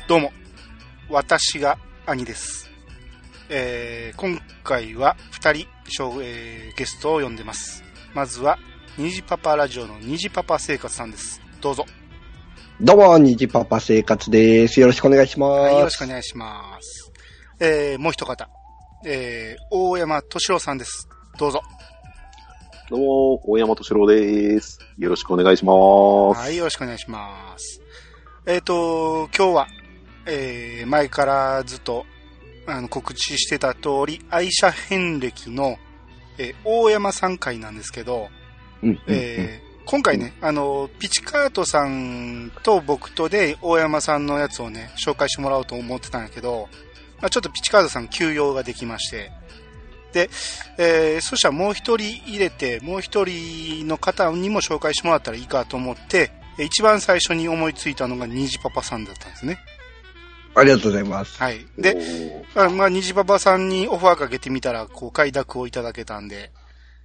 どうも、私が兄です。今回は2人、ゲストを呼んでます。まずは、虹パパラジオの虹パパ生活さんです。どうぞ。 どうも、虹パパ生活です。よろしくお願いします。 はい、よろしくお願いします。もう一方、大山敏郎さんです。どうぞ。 どうも、大山敏郎です。よろしくお願いします。 はい、よろしくお願いします。今日は、前からずっと告知してた通り、愛車遍歴の、大山さん回なんですけど、今回ね、ピチカートさんと僕とで大山さんのやつをね、紹介してもらおうと思ってたんやけど、ちょっとピチカートさん休養ができまして、で、そしたらもう一人入れて、もう一人の方にも紹介してもらったらいいかと思って、一番最初に思いついたのが虹パパさんだったんですね。 ありがとうございます。 はい。で、虹パパさんにオファーかけてみたら、快諾をいただけたんで、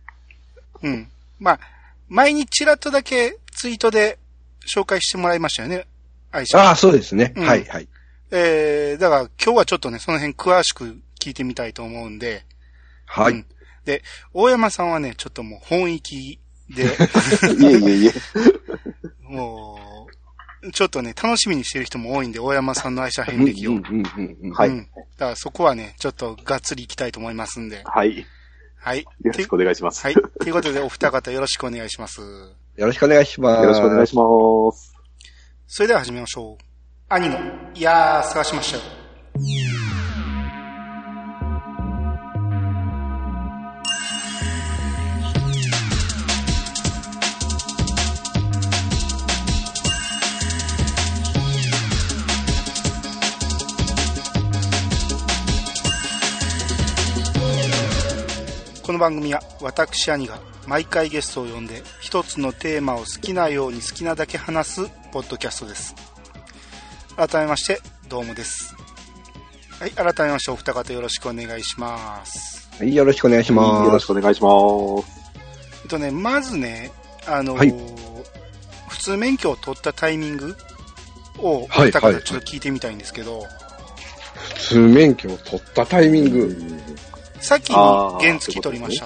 前にちらっとだけツイートで紹介してもらいましたよね、愛車。 ああ、そうですね。はい、はい。 だから今日はちょっとね、その辺詳しく聞いてみたいと思うんで、 はい。 で、大山さんはね、ちょっともう本域で、 いえ。 もう、ちょっとね、楽しみにしてる人も多いんで、大山さんの愛車遍歴を。 はい。 だからそこはね、ちょっとがっつり行きたいと思いますんで。 はい。 はい。 よろしくお願いします。 はい。ということで、お二方よろしくお願いします。 よろしくお願いします。 よろしくお願いします。 それでは始めましょう。兄の、いやー、探しましたよ。この番組は私兄が毎回ゲストを呼んで一つのテーマを好きなように好きなだけ話すポッドキャストです。改めましてどうもです。はい、改めましてお二方よろしくお願いします。 はい、よろしくお願いします。 よろしくお願いします。 まずね、普通免許を取ったタイミングをお二方ちょっと聞いてみたいんですけど、 普通免許を取ったタイミング。 先に原付取りました？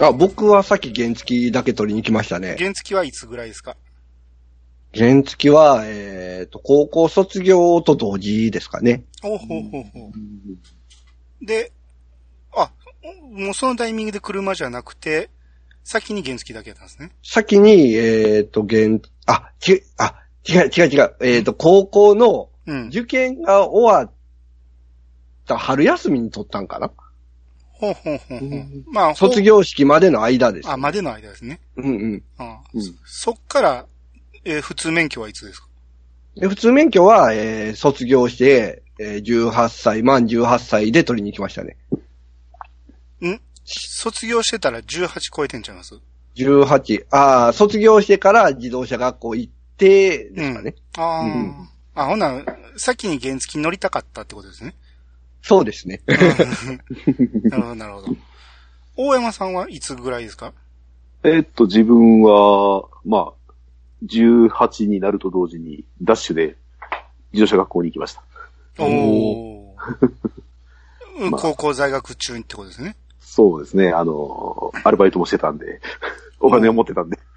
僕はさっき原付だけ取りに来ましたね。 原付はいつぐらいですか？ 原付は、高校卒業と同時ですかね。 ほう。で、もうそのタイミングで車じゃなくて、先に原付だけだったんですね。 先に、違う。高校の受験が終わった春休みに取ったんかな。 ほう。 卒業式までの間です。 までの間ですね。そっから、普通免許はいつですか？ 普通免許は、卒業して、満18歳で取りに行きましたね。 卒業してたら18超えてんちゃいます？ 18。卒業してから自動車学校行って、ですかね。 ほな、先に原付に乗りたかったってことですね。 そうですね。 なるほど。大山さんはいつぐらいですか？ 自分は、18になると同時に、ダッシュで自動車学校に行きました。 高校在学中にってことですね。 そうですね。アルバイトもしてたんで、お金を持ってたんで。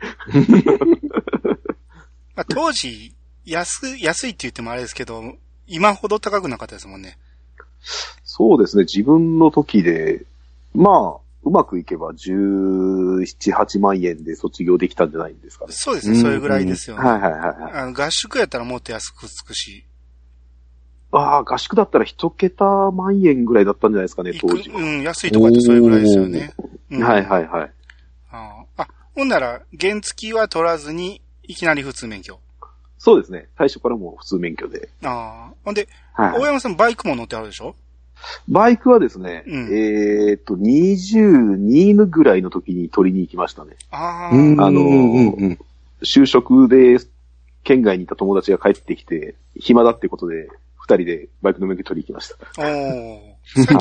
当時、安いって言ってもあれですけど、今ほど高くなかったですもんね。 そうですね。自分の時で、うまくいけば17、8万円で卒業できたんじゃないんですかね。 そうですね。それぐらいですよね。 はい。 合宿やったらもっと安くつくし。 合宿だったら一桁万円ぐらいだったんじゃないですかね、当時は。 安いとこってそれぐらいですよね。 はい。 ほんなら、原付は取らずに、いきなり普通免許。 そうですね。最初からもう普通免許で。 ほんで、大山さんバイクも乗ってあるでしょ？ バイクはですね、22ぐらいの時に取りに行きましたね。就職で県外にいた友達が帰ってきて、暇だってことで、二人でバイクの免許取りに行きました。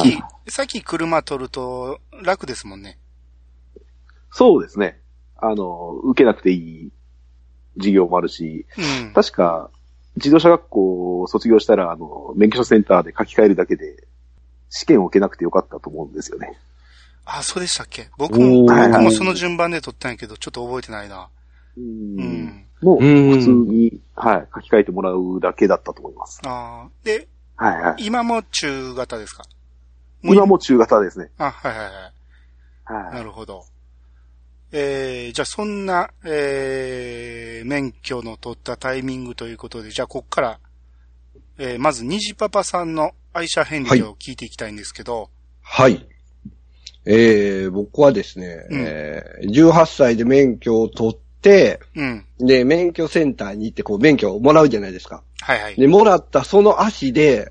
さっき車取ると楽ですもんね。 そうですね。受けなくていい授業もあるし、確か、 自動車学校を卒業したら、免許証センターで書き換えるだけで、試験を受けなくてよかったと思うんですよね。 あ、そうでしたっけ？僕もその順番で取ったんやけど、ちょっと覚えてないな。 もう、普通に、はい、書き換えてもらうだけだったと思います。 で、 はいはい。 今も中型ですか？ 今も中型ですね。 はいはいはい。はい。なるほど。じゃあそんな、免許の取ったタイミングということで、じゃあこっから、まず虹パパさんの愛車遍歴を聞いていきたいんですけど。 はい。僕はですね、18歳で免許を取って、で、免許センターに行ってこう免許をもらうじゃないですか。 はいはい。 で、もらったその足で、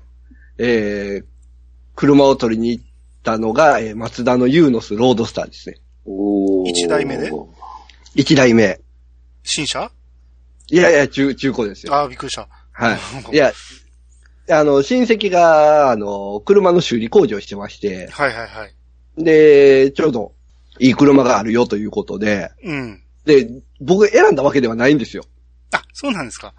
車を取りに行ったのが、マツダのユーノスロードスターですね。 1台目で ?1 台目。 新車？ いやいや、中古ですよ。 ああ、びっくりした。 はい。いや、親戚が、車の修理工場してまして。 はいはいはい。 で、ちょうど、いい車があるよということで。で、僕選んだわけではないんですよ。 あ、そうなんですか。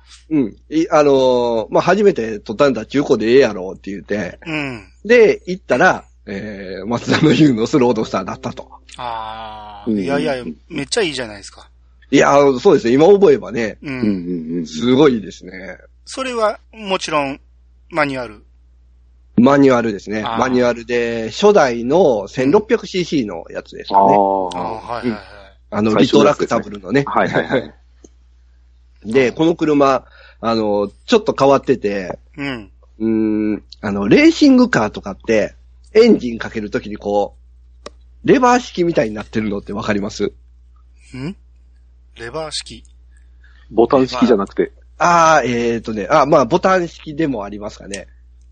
初めて取ったんだ中古でええやろって言って。で、行ったら、マツダのユーノスロードスターだったと。 いやいや、めっちゃいいじゃないですか。 いや、そうですね。今覚えばね。すごいですね。 それは、もちろん、マニュアル。 マニュアルですね。マニュアルで、初代の 1600cc のやつですよね。 はいはいはい。 リトラクタブルのね。 はいはいはい。 で、この車、ちょっと変わってて、レーシングカーとかって、エンジンかけるときにこう、レバー式みたいになってるのってわかります？ レバー式。 ボタン式じゃなくて。 ボタン式でもありますかね。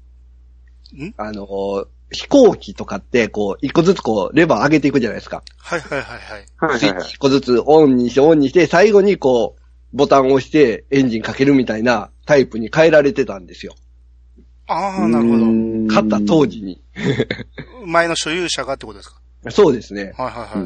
飛行機とかって、こう、一個ずつこう、レバー上げていくじゃないですか。 はいはいはいはい。 スイッチ一個ずつオンにして、最後にこう、ボタンを押してエンジンかけるみたいなタイプに変えられてたんですよ。 なるほど。 買った当時に。 前の所有者がってことですか？ そうですね。 はいはいはい。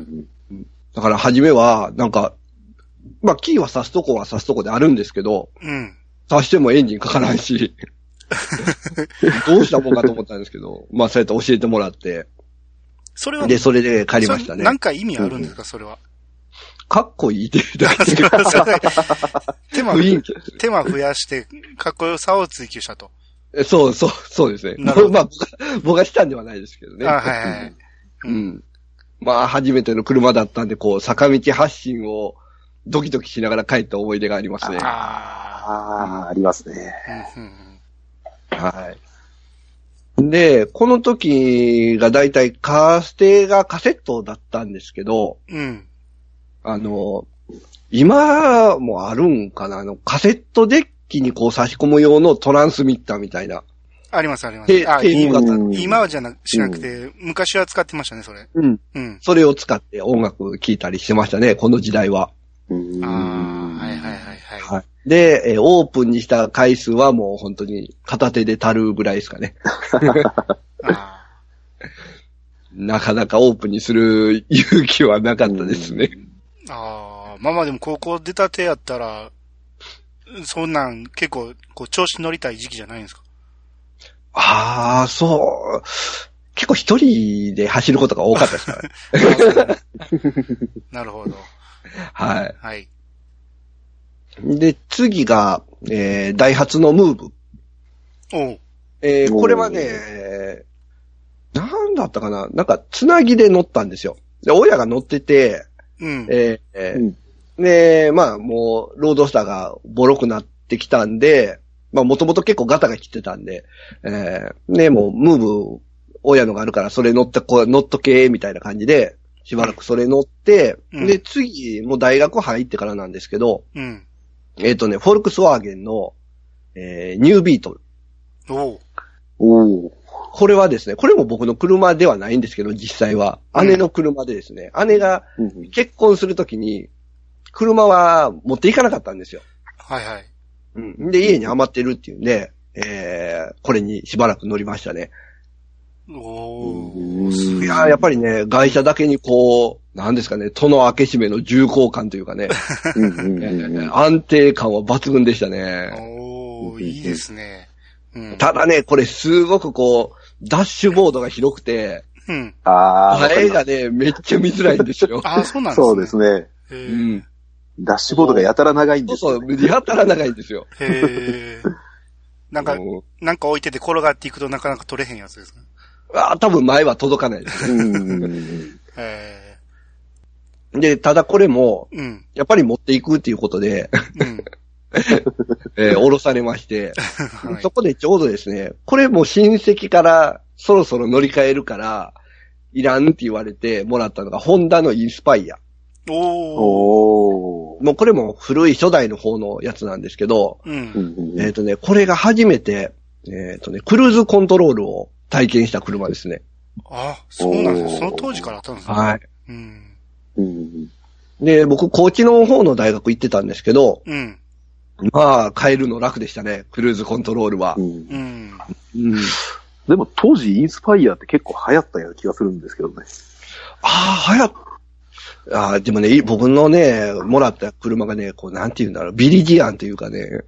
だから初めは、なんか、キーは挿すとこは挿すとこであるんですけど、挿してもエンジンかからんし、どうしたもんかと思ったんですけど、そうやって教えてもらって、それで帰りましたね。 なんか意味あるんですか、それは。 かっこいいっていうだけで。 手間増やして、かっこよさを追求したと。 そうですね。僕がしたんではないですけどね。はい。初めての車だったんで、こう、坂道発進をドキドキしながら帰った思い出がありますね。 ありますね。 はい。で、この時がだいたいカーステがカセットだったんですけど、今もあるんかな、カセットデッキにこう差し込む用のトランスミッターみたいな。 ありますあります。今はしなくて、昔は使ってましたね、それ。 それを使って音楽聴いたりしてましたね、この時代は。で、オープンにした回数はもう本当に片手で足るぐらいですかね。なかなかオープンにする勇気はなかったですね。 でも高校出たてやったら、そんなん結構こう調子乗りたい時期じゃないんですか？ そう。結構一人で走ることが多かったですからね。 なるほど。 はい。 はい。 で、次が、ダイハツのムーブ。これはね、なんだったかな、なんか、つなぎで乗ったんですよ。で、親が乗ってて、で、もう、ロードスターがボロくなってきたんで、もともと結構ガタが来てたんで、もう、ムーブ、親のがあるから、それ乗っとけ、みたいな感じで、しばらくそれ乗って、で、次、もう大学入ってからなんですけど、フォルクスワーゲンの、ニュービートル。これはですね、これも僕の車ではないんですけど、実際は。姉の車でですね、姉が結婚するときに、車は持っていかなかったんですよ。 はいはい。 で、家に余ってるっていうんで、これにしばらく乗りましたね。いや、やっぱりね、外車だけにこう、なんですかね、戸の開け閉めの重厚感というかね、安定感は抜群でしたね。 おー、いいですね。うん、 ただね、これすごくこう、ダッシュボードが広くて、 うん。 前がね、めっちゃ見づらいんですよ。 そうなんですね。 そうですね。 うん。 ダッシュボードがやたら長いんですよ、ね。 そうそう、やたら長いんですよ。 へー。なんか置いてて転がっていくとなかなか取れへんやつですか？ 多分前は届かないですね。で、ただこれも、やっぱり持っていくっていうことで、降ろされまして、はい、そこでちょうどですね、これも親戚からそろそろ乗り換えるから、いらんって言われてもらったのが、ホンダのインスパイア。もうこれも古い初代の方のやつなんですけど、これが初めて、クルーズコントロールを体験した車ですね。 そうなんですね。その当時からあったんですね。はい。 で、僕、高知の方の大学行ってたんですけど、まあ、変えるの楽でしたね、クルーズコントロールは。 でも当時インスパイアって結構流行ったような気がするんですけどね。 流行った。でもね、僕のね、もらった車がね、こう、なんて言うんだろう、ビリジアンというかね、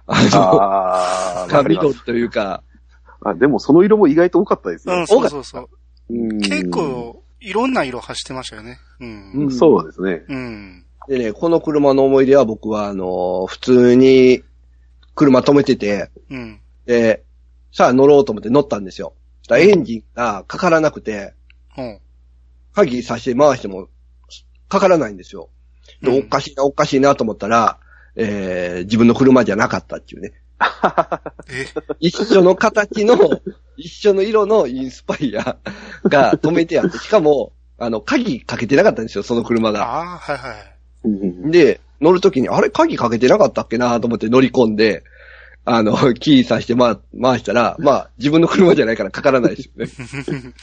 緑というか。 でもその色も意外と多かったですよ。 そう。結構、いろんな色走ってましたよね。 そうですね。 でね、この車の思い出は僕は、普通に車止めてて、で、さあ乗ろうと思って乗ったんですよ。したらエンジンがかからなくて、鍵さして回してもかからないんですよ。で、おかしいなと思ったら、自分の車じゃなかったっていうね。一緒の形の、一緒の色のインスパイアが止めてあって、しかも、鍵かけてなかったんですよ、その車が。で、乗るときに、あれ、鍵かけてなかったっけなと思って乗り込んで、キーさして回したら、まあ、自分の車じゃないからかからないですよね。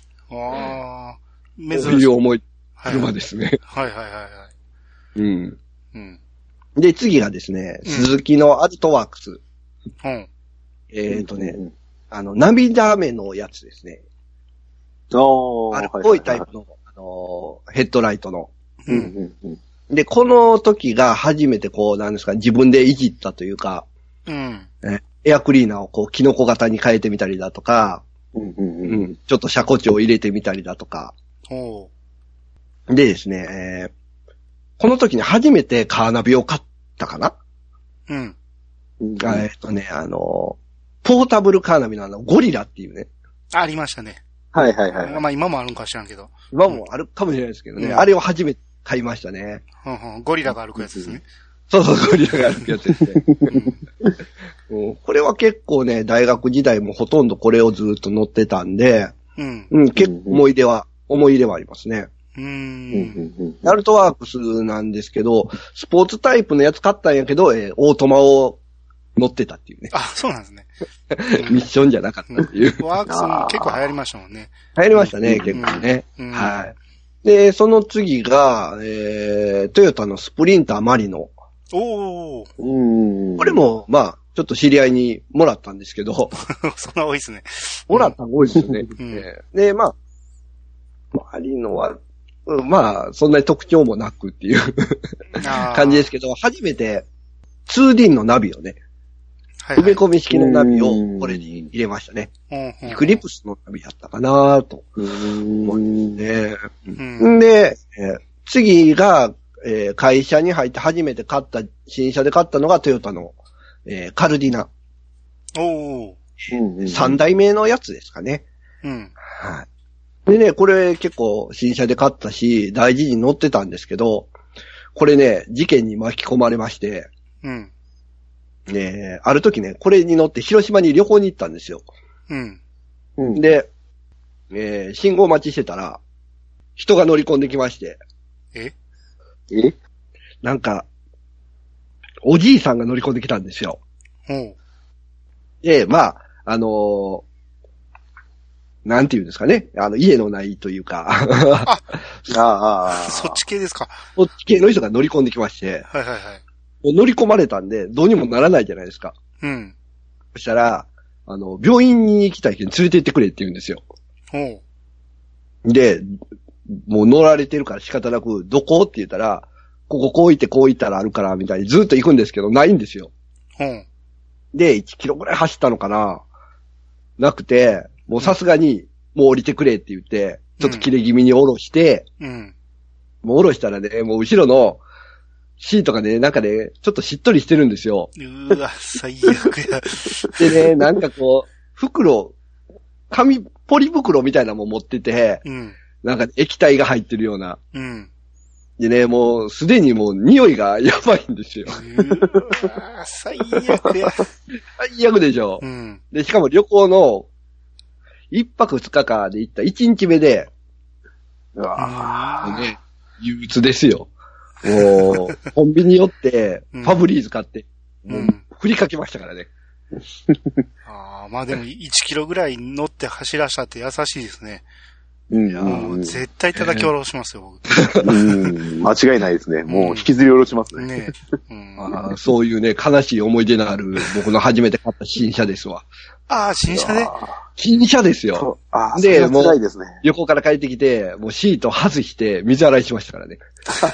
珍しい。そういう重い車ですね。で、次がですね、スズキのアルトワークス。涙目のやつですね。濃いタイプの、ヘッドライトの。で、この時が初めてこう、なんですか、自分でいじったというか、エアクリーナーをこう、キノコ型に変えてみたりだとか、ちょっと車庫値を入れてみたりだとか。でですね、この時に初めてカーナビを買ったかな？ポータブルカーナビのゴリラっていうね。 ありましたね。 まあ今もあるんか知らんけど。 今もあるかもしれないですけどね。あれを初めて買いましたね。 ゴリラが歩くやつですね。 そう、ゴリラが歩くやつですね。これは結構ね、大学時代もほとんどこれをずっと乗ってたんで、結構思い入れはありますね。アルトワークスなんですけど、スポーツタイプのやつ買ったんやけど、オートマを乗ってたっていうね。 そうなんですね。 ミッションじゃなかったっていう。 ワークスも結構流行りましたもんね。 流行りましたね、結構ね。はい。で、その次が、トヨタのスプリンターマリノ。これも、まあ、ちょっと知り合いにもらったんですけど。 そんな多いですね。 もらったの多いですね。で、まあ、マリノは、まあ、そんなに特徴もなくっていう感じですけど、初めて 2D のナビをね、埋め込み式のナビをこれに入れましたね。エクリプスのナビやったかなと思ってね。で、次が、会社に入って初めて新車で買ったのがトヨタの、カルディナ。3代目のやつですかね。でね、これ結構新車で買ったし、大事に乗ってたんですけど、これね、事件に巻き込まれまして、ある時ね、これに乗って広島に旅行に行ったんですよ。で、信号待ちしてたら、人が乗り込んできまして。なんか、おじいさんが乗り込んできたんですよ。で、まあ、なんていうんですかね。家のないというか。 そっち系ですか。 そっち系の人が乗り込んできまして。乗り込まれたんで、どうにもならないじゃないですか。そしたら、病院に行きたい人に連れて行ってくれって言うんですよ。で、もう乗られてるから仕方なく、どこって言ったら、こう行ってこう行ったらあるから、みたいにずっと行くんですけど、ないんですよ。 で1キロぐらい走ったのかななくて、もうさすがに、もう降りてくれって言って、ちょっと切れ気味に下ろして、 うん。 もう下ろしたらね、もう後ろのシートがね、なんかね、ちょっとしっとりしてるんですよ。 うわ、最悪や。 でね、なんかこう、紙ポリ袋みたいなのも持ってて、 うん。 なんか液体が入ってるような。 うん。 でね、もうすでにもう匂いがやばいんですよ。 うわ、最悪や。 最悪でしょ。 うん。 で、しかも旅行の1泊2日間で行った1日目で、 うわね、憂鬱ですよ。もう、コンビニ寄って、ファブリーズ買って、もう、振りかけましたからね。 ああ、まあでも1キロぐらい乗って走らしたって優しいですね。 うん。 いやー、絶対叩き下ろしますよ、 僕。間違いないですね。もう引きずり下ろしますね。 ねえ。そういうね、悲しい思い出のある、僕の初めて買った新車ですわ。 ああ、新車ね。 新車ですよ。 で、もう、 旅行から帰ってきて、もうシート外して水洗いしましたからね。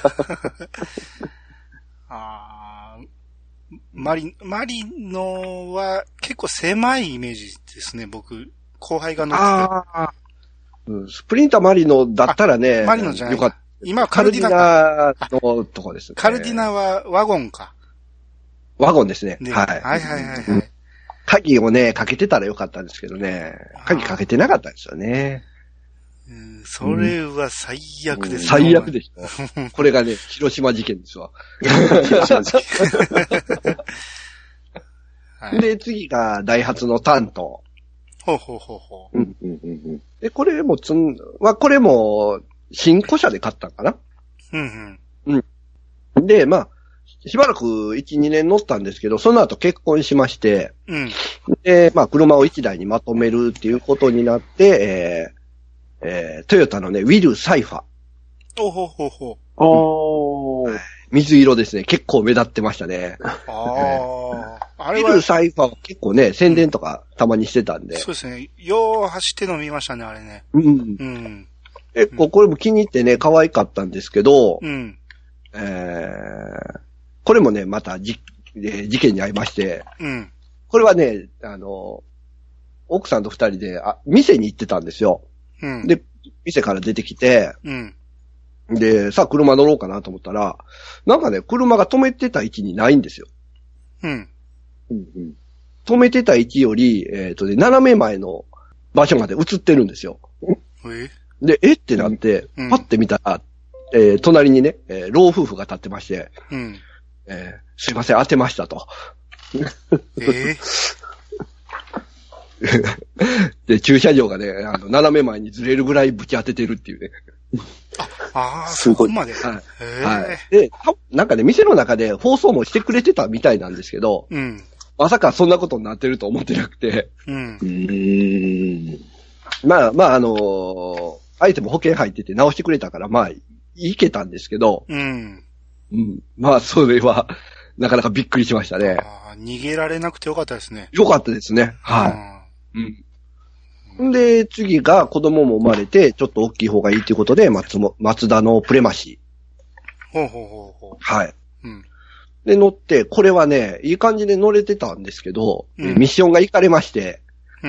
ああ、マリノは結構狭いイメージですね、僕。後輩が乗ってて。 スプリンターマリノだったらね、 マリノじゃない。 よかった。 今はカルディナのとこですね。 カルディナはワゴンか。 ワゴンですね。はい。 はいはいはいはい。 鍵をね、かけてたらよかったんですけどね。鍵かけてなかったんですよね。 それは最悪ですね。 最悪でしょ。これがね、広島事件ですわ。広島事件。で、次がダイハツのタント。 ほうほうほうほう。 で、これもこれも、新古車で買ったんかな。で、まあ、しばらく1、2年乗ったんですけど、その後結婚しまして、で、まあ、車を1台にまとめるっていうことになって、トヨタのね、ウィルサイファ。 ほうほうほうほう。水色ですね。結構目立ってましたね。ウィルサイファは結構ね、宣伝とかたまにしてたんで。 そうですね。よう走ってるの見ましたね、あれね。 結構これも気に入ってね、可愛かったんですけど、これもね、また事件に遭いまして、これはね、奥さんと2人で、店に行ってたんですよ。で、店から出てきて、で、さあ車乗ろうかなと思ったら、なんかね、車が止めてた位置にないんですよ。止めてた位置より、斜め前の場所まで映ってるんですよ。で、ってなって、パッて見たら、隣にね、老夫婦が立ってまして、すいません、当てましたと。で、駐車場がね、斜め前にずれるぐらいぶち当ててるっていうね。 そこまで。 はい。で、なんかね、店の中で放送もしてくれてたみたいなんですけど、まさかそんなことになってると思ってなくて。まあ、相手も保険入ってて直してくれたから、まあ、いけたんですけど、まあ、それは、なかなかびっくりしましたね。 逃げられなくてよかったですね。 よかったですね。で、次が子供も生まれて、ちょっと大きい方がいいということで、松田のプレマシー。はい。で、乗って、これはね、いい感じで乗れてたんですけど、ミッションが行かれまして、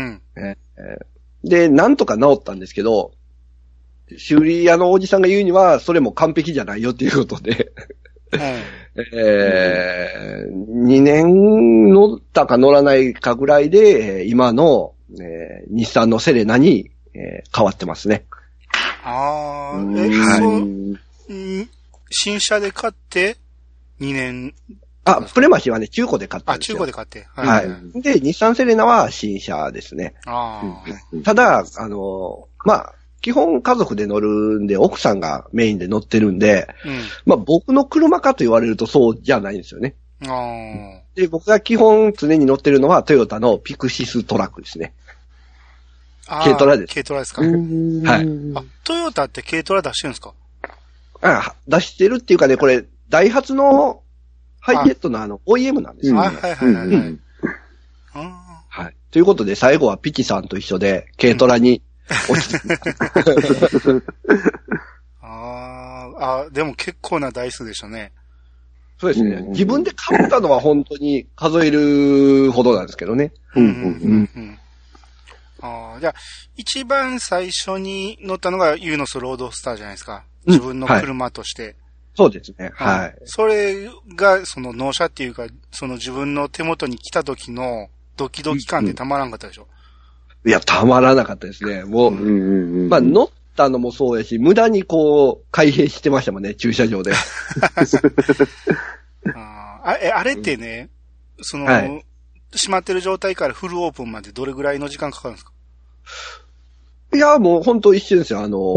で、なんとか治ったんですけど、修理屋のおじさんが言うには、それも完璧じゃないよっていうことで、2年乗ったか乗らないかぐらいで、今の、日産のセレナに、変わってますね。 新車で買って2年。 プレマシはね、中古で買ったんですよ。 中古で買って。 はい。で、日産セレナは新車ですね。ただ、まあ、基本家族で乗るんで、奥さんがメインで乗ってるんで、まあ僕の車かと言われるとそうじゃないんですよね。で、僕が基本常に乗ってるのはトヨタのピクシストラックですね。軽トラです。 軽トラですか。 はい。 トヨタって軽トラ出してるんですか？ 出してるっていうかね、これ、ダイハツのハイエットのOEM なんですよ。 はい。 ということで、最後はピチさんと一緒で、軽トラに、 でも結構な台数でしたね。 そうですね。自分で買ったのは本当に数えるほどなんですけどね。 ああ、じゃあ、一番最初に乗ったのがユーノスロードスターじゃないですか。自分の車として。はい、 そうですね。はい。 それが、その納車っていうか、その自分の手元に来た時のドキドキ感ってたまらんかったでしょ？ いや、たまらなかったですね。もう、まあ、乗ったのもそうやし、無駄にこう、開閉してましたもんね、駐車場で。 あれってね、その、閉まってる状態からフルオープンまでどれぐらいの時間かかるんですか？ いや、もう本当一瞬ですよ。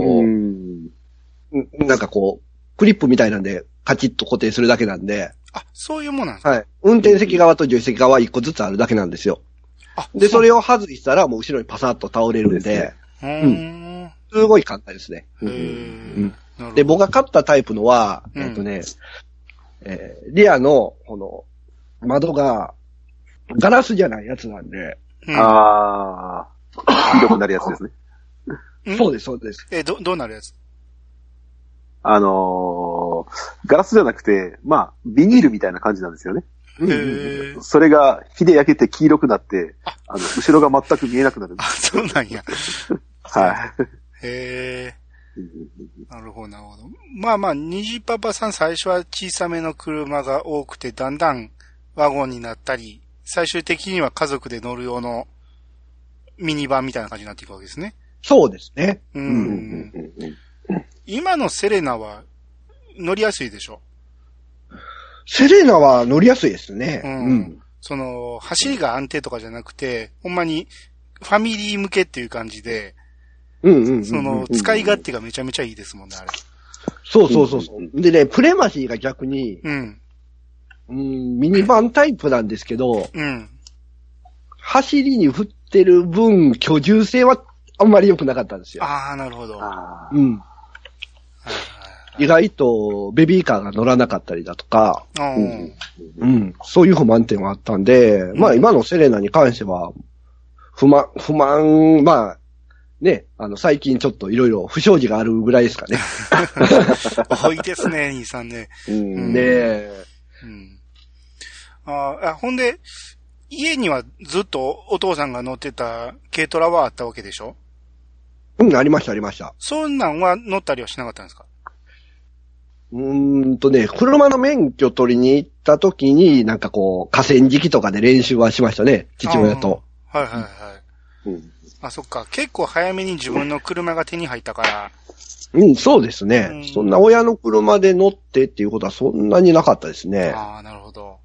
なんかこう、クリップみたいなんで、カチッと固定するだけなんで。 あ、そういうもんなんですか？ はい。運転席側と助手席側は一個ずつあるだけなんですよ。で、それを外したらもう後ろにパサッと倒れるんで。すごい簡単ですね。で、僕が買ったタイプのは、リアの、この、窓が、ガラスじゃないやつなんで。 ああ、広くなるやつですね。そうです、そうです。 どうなるやつ？ ガラスじゃなくて、まあ、ビニールみたいな感じなんですよね。それが火で焼けて黄色くなって、後ろが全く見えなくなるんです。 そうなんや。 はい。 なるほど、なるほど。まあまあ、虹パパさん最初は小さめの車が多くて、だんだんワゴンになったり、最終的には家族で乗る用のミニバンみたいな感じになっていくわけですね。 そうですね。 今のセレナは乗りやすいでしょ？ セレナは乗りやすいですね。 その、走りが安定とかじゃなくて、ほんまにファミリー向けっていう感じで、その、使い勝手がめちゃめちゃいいですもんね、あれ。 そう。でね、プレマシーが逆に、ミニバンタイプなんですけど、走りに振ってる分、居住性はあんまり良くなかったんですよ。 ああ、なるほど。 意外とベビーカーが乗らなかったりだとか、そういう不満点はあったんで、まあ今のセレナに関しては、不満、まあ、ね、最近ちょっといろいろ不祥事があるぐらいですかね。 多いですね、兄さんね。ほんで、家にはずっとお父さんが乗ってた軽トラはあったわけでしょ？ ありました。 そんなんは乗ったりはしなかったんですか？ 車の免許取りに行った時に、なんかこう、河川敷とかで練習はしましたね、父親と。 あ、そっか。結構早めに自分の車が手に入ったから。 そうですね。そんな親の車で乗ってっていうことはそんなになかったですね。 ああ、なるほど。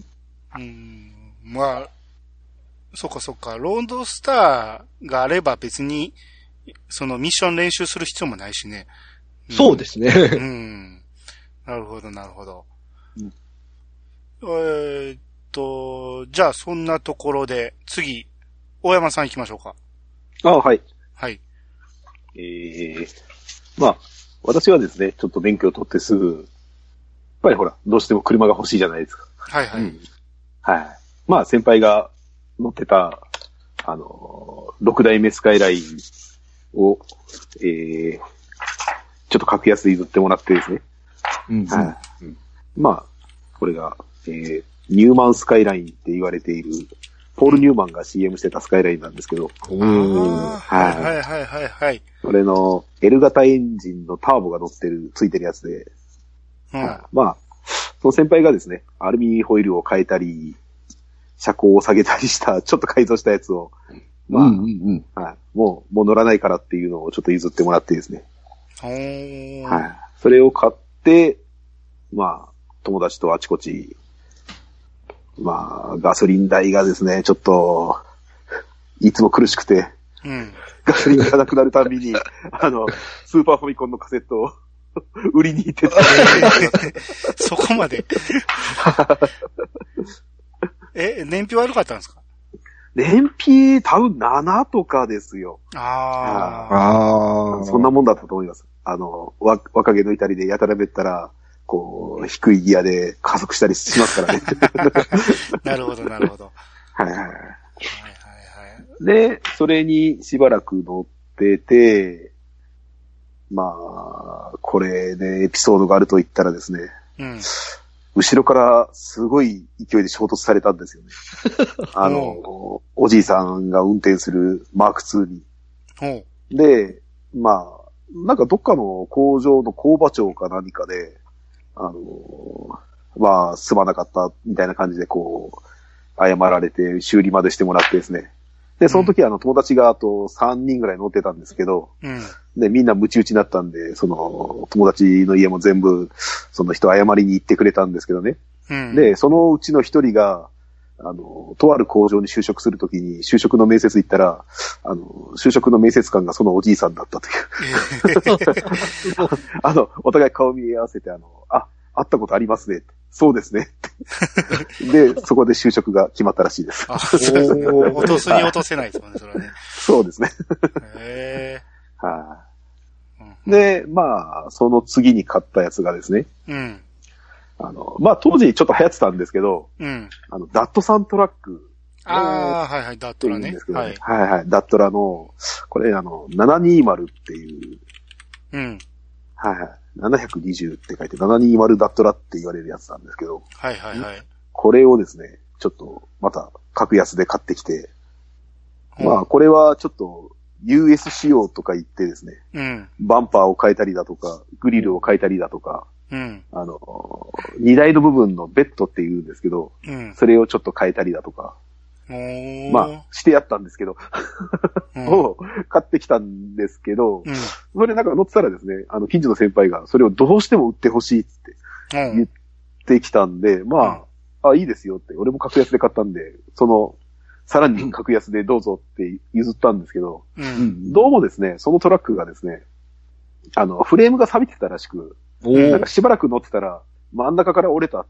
まあ、そっか。ロードスターがあれば別に、そのミッション練習する必要もないしね。 そうですね。 なるほど。じゃあそんなところで、次、大山さん行きましょうか。 はい。 はい。 まあ、私はですね、ちょっと免許を取ってすぐ、やっぱりほら、どうしても車が欲しいじゃないですか。はい。まあ、先輩が乗ってた、6代目スカイラインを、ちょっと格安で譲ってもらってですね。まあ、これが、ニューマンスカイラインって言われている、ポール・ニューマンが CM してたスカイラインなんですけど。 はい。 それの L 型エンジンのターボがついてるやつで。まあ、その先輩がですね、アルミホイルを変えたり、車高を下げたりした、ちょっと改造したやつを、まあ、もう乗らないからっていうのをちょっと譲ってもらってですね。それを買って、まあ、友達とあちこち、まあ、ガソリン代がですね、ちょっと、いつも苦しくて、ガソリンがなくなるたびに、スーパーファミコンのカセットを売りに行ってた。 そこまで。燃費悪かったんですか？ 燃費多分7とかですよ。そんなもんだったと思います。若気の至りでやたらめったら、こう、低いギアで加速したりしますからね。 なるほど。 で、それにしばらく乗ってて、まあ、これでエピソードがあると言ったらですね、 後ろからすごい勢いで衝突されたんですよね。おじいさんが運転するマーク2に。で、まあ、なんかどっかの工場の工場長か何かで、まあ、すまなかったみたいな感じでこう、謝られて修理までしてもらってですね。で、その時友達があと3人ぐらい乗ってたんですけど、で、みんなムチ打ちになったんで、その、友達の家も全部、その人謝りに行ってくれたんですけどね。で、そのうちの一人が、とある工場に就職するときに、就職の面接行ったら、就職の面接官がそのおじいさんだったという。お互い顔見合わせて、会ったことありますね。そうですね。で、そこで就職が決まったらしいです。 落とすに落とせないですもんね、それはね。 そうですね。で、まあ、その次に買ったやつがですね。まあ、当時ちょっと流行ってたんですけど、ダットサントラック。 はいはい、ダットラね。 はいはい、ダットラの、これ720っていう、はいはい。720って書いて、720ダットラって言われるやつなんですけど。 はいはいはい。 これをですね、ちょっと、また、格安で買ってきて、まあ、これはちょっと、US 仕様とか言ってですね、バンパーを変えたりだとか、グリルを変えたりだとか、荷台の部分のベッドって言うんですけど、それをちょっと変えたりだとか、まあ、してやったんですけど、を買ってきたんですけど、それなんか乗ってたらですね、近所の先輩がそれをどうしても売ってほしいって言ってきたんで、まあ、いいですよって、俺も格安で買ったんで、さらに格安でどうぞって譲ったんですけど、どうもですね、そのトラックがですね、フレームが錆びてたらしく、なんかしばらく乗ってたら、真ん中から折れた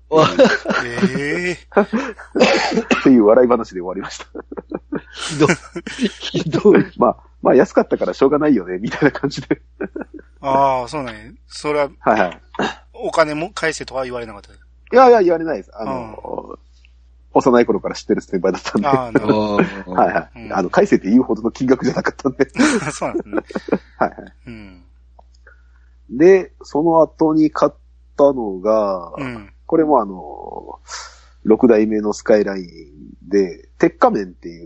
っていう笑い話で終わりました。 ひどい。 まあ安かったからしょうがないよね、みたいな感じで。 ああ、そうね。それは、 はいはい。 お金も返せとは言われなかった。 いや、言われないです。幼い頃から知ってる先輩だったんで。 なるほど。 はいはい。返せって言うほどの金額じゃなかったんで。 そうなんですね。 はいはい。で、その後に買ったのが、これも6代目のスカイラインで、鉄仮面っていう、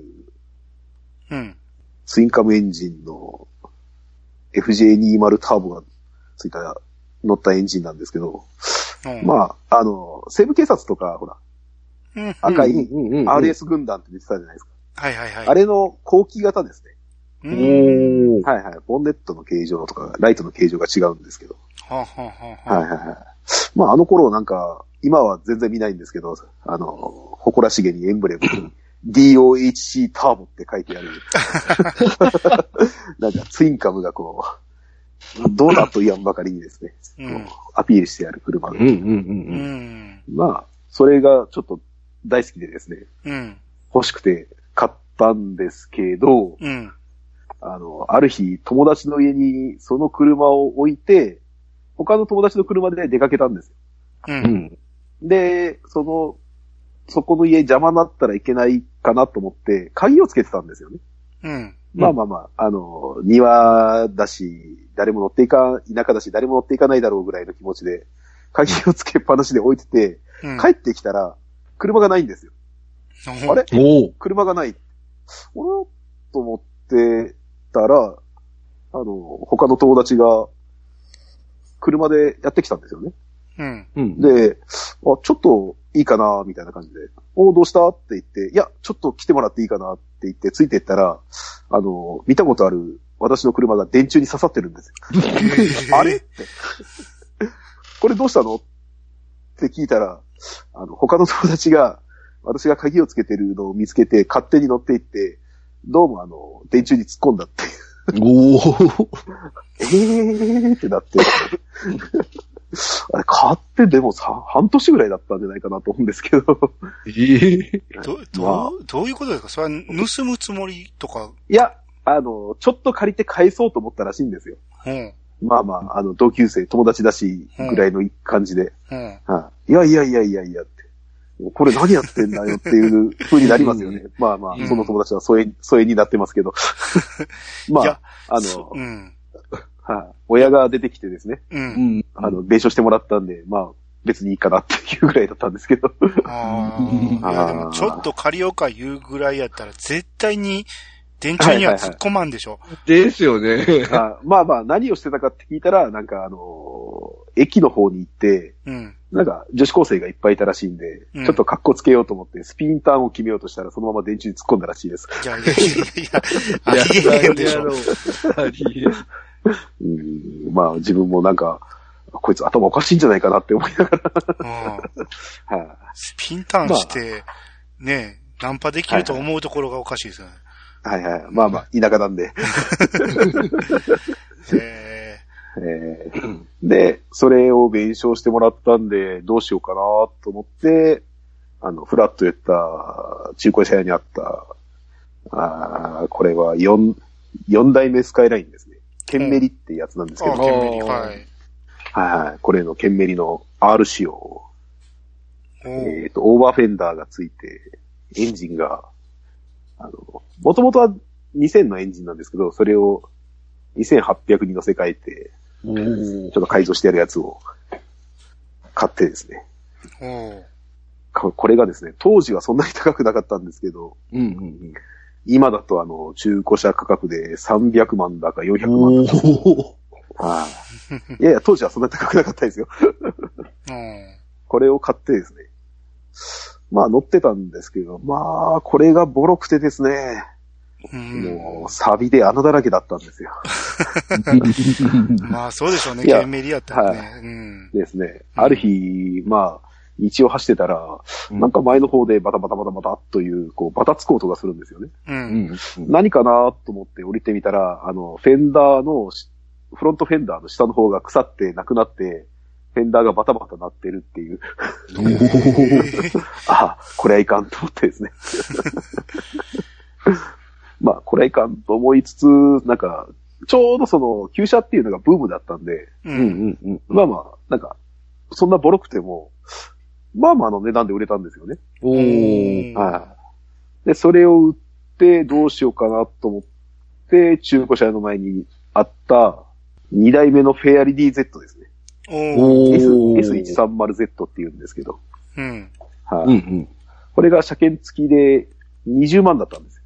ツインカムエンジンの FJ20 ターボが乗ったエンジンなんですけど、まあ、西部警察とか、ほら、赤い RS 軍団って出てたじゃないですか。 はいはいはい。 あれの後期型ですね。はいはい。ボンネットの形状とか、ライトの形状が違うんですけど。はいはいはい。まあ、頃なんか、今は全然見ないんですけど、誇らしげにエンブレムに DOHC ターボって書いてある。なんか、ツインカムがこう、どうだと言わんばかりにですね、アピールしてある車で。まあ、それがちょっと大好きでですね、欲しくて買ったんですけど、ある日、友達の家にその車を置いて、他の友達の車で出かけたんですよ。で、そこの家邪魔になったらいけないかなと思って、鍵をつけてたんですよね。まあまあまあ、庭だし、田舎だし、誰も乗っていかないだろうぐらいの気持ちで、鍵をつけっぱなしで置いてて、帰ってきたら、車がないんですよ。あれ車がない。と思ってたら、他の友達が、車でやってきたんですよね。で、ちょっといいかなみたいな感じで、どうしたって言って、いや、ちょっと来てもらっていいかなって言って、ついてったら、見たことある私の車が電柱に刺さってるんですよ。あれって。これどうしたのって聞いたら、他の友達が、私が鍵をつけてるのを見つけて、勝手に乗っていって、どうも電柱に突っ込んだっていう。ってなって。あれ、買ってでも半年ぐらいだったんじゃないかなと思うんですけど。 どういうことですか？それは盗むつもりとか？ いや、ちょっと借りて返そうと思ったらしいんですよ。まあまあ、同級生、友達だし、ぐらいの感じで。いやって。これ何やってんだよっていう風になりますよね。まあまあ、その友達は疎遠になってますけど。まあ、親が出てきてですね。弁償してもらったんで、まあ、 別にいいかなっていうぐらいだったんですけど。 ああ。いやでもちょっと借りようか言うぐらいやったら絶対に電柱には突っ込まんでしょ。 ですよね。 まあまあ何をしてたかって聞いたら、なんか駅の方に行って、 うん。 なんか女子高生がいっぱいいたらしいんで、 うん、 ちょっと格好つけようと思ってスピンターンを決めようとしたらそのまま電柱に突っ込んだらしいです。 いや、ありえへんでしょ。 ありえん。 まあ自分もなんか、こいつ頭おかしいんじゃないかなって思いながら。 スピンターンして、ね、ナンパできると思うところがおかしいですよね。 はいはい。まあまあ、田舎なんで。で、それを弁償してもらったんで、どうしようかなと思って、フラッと言った中古車屋にあった、これは4代目スカイラインですね。ケンメリってやつなんですけど。 ケンメリ、はい。 はい。これのケンメリの R 仕様。オーバーフェンダーがついて、エンジンが、もともとは2000のエンジンなんですけど、それを2800に乗せ替えて、ちょっと改造してやるやつを買ってですね。これがですね、当時はそんなに高くなかったんですけど、今だと中古車価格で300万だか400万だか。いやいや、当時はそんなに高くなかったですよ。これを買ってですね。まあ乗ってたんですけど、まあこれがボロくてですね。もうサビで穴だらけだったんですよ。 まあそうでしょうね、ケンメリやったらね。 ですね。ある日、まあ、道を走ってたら、なんか前の方でバタバタバタバタという、バタつく音がするんですよね。何かなと思って降りてみたら、フェンダーの、フロントフェンダーの下の方が腐ってなくなって、フェンダーがバタバタ鳴ってるっていう。これはいかんと思ってですね。まあ、これはいかんと思いつつ、なんか、ちょうどその、旧車っていうのがブームだったんで、まあまあ、なんか、そんなボロくても、まあまあの値段で売れたんですよね。で、それを売ってどうしようかなと思って、中古車屋の前にあった2代目のフェアリディ Z ですね。S130Z って言うんですけど。これが車検付きで20万だったんですよ。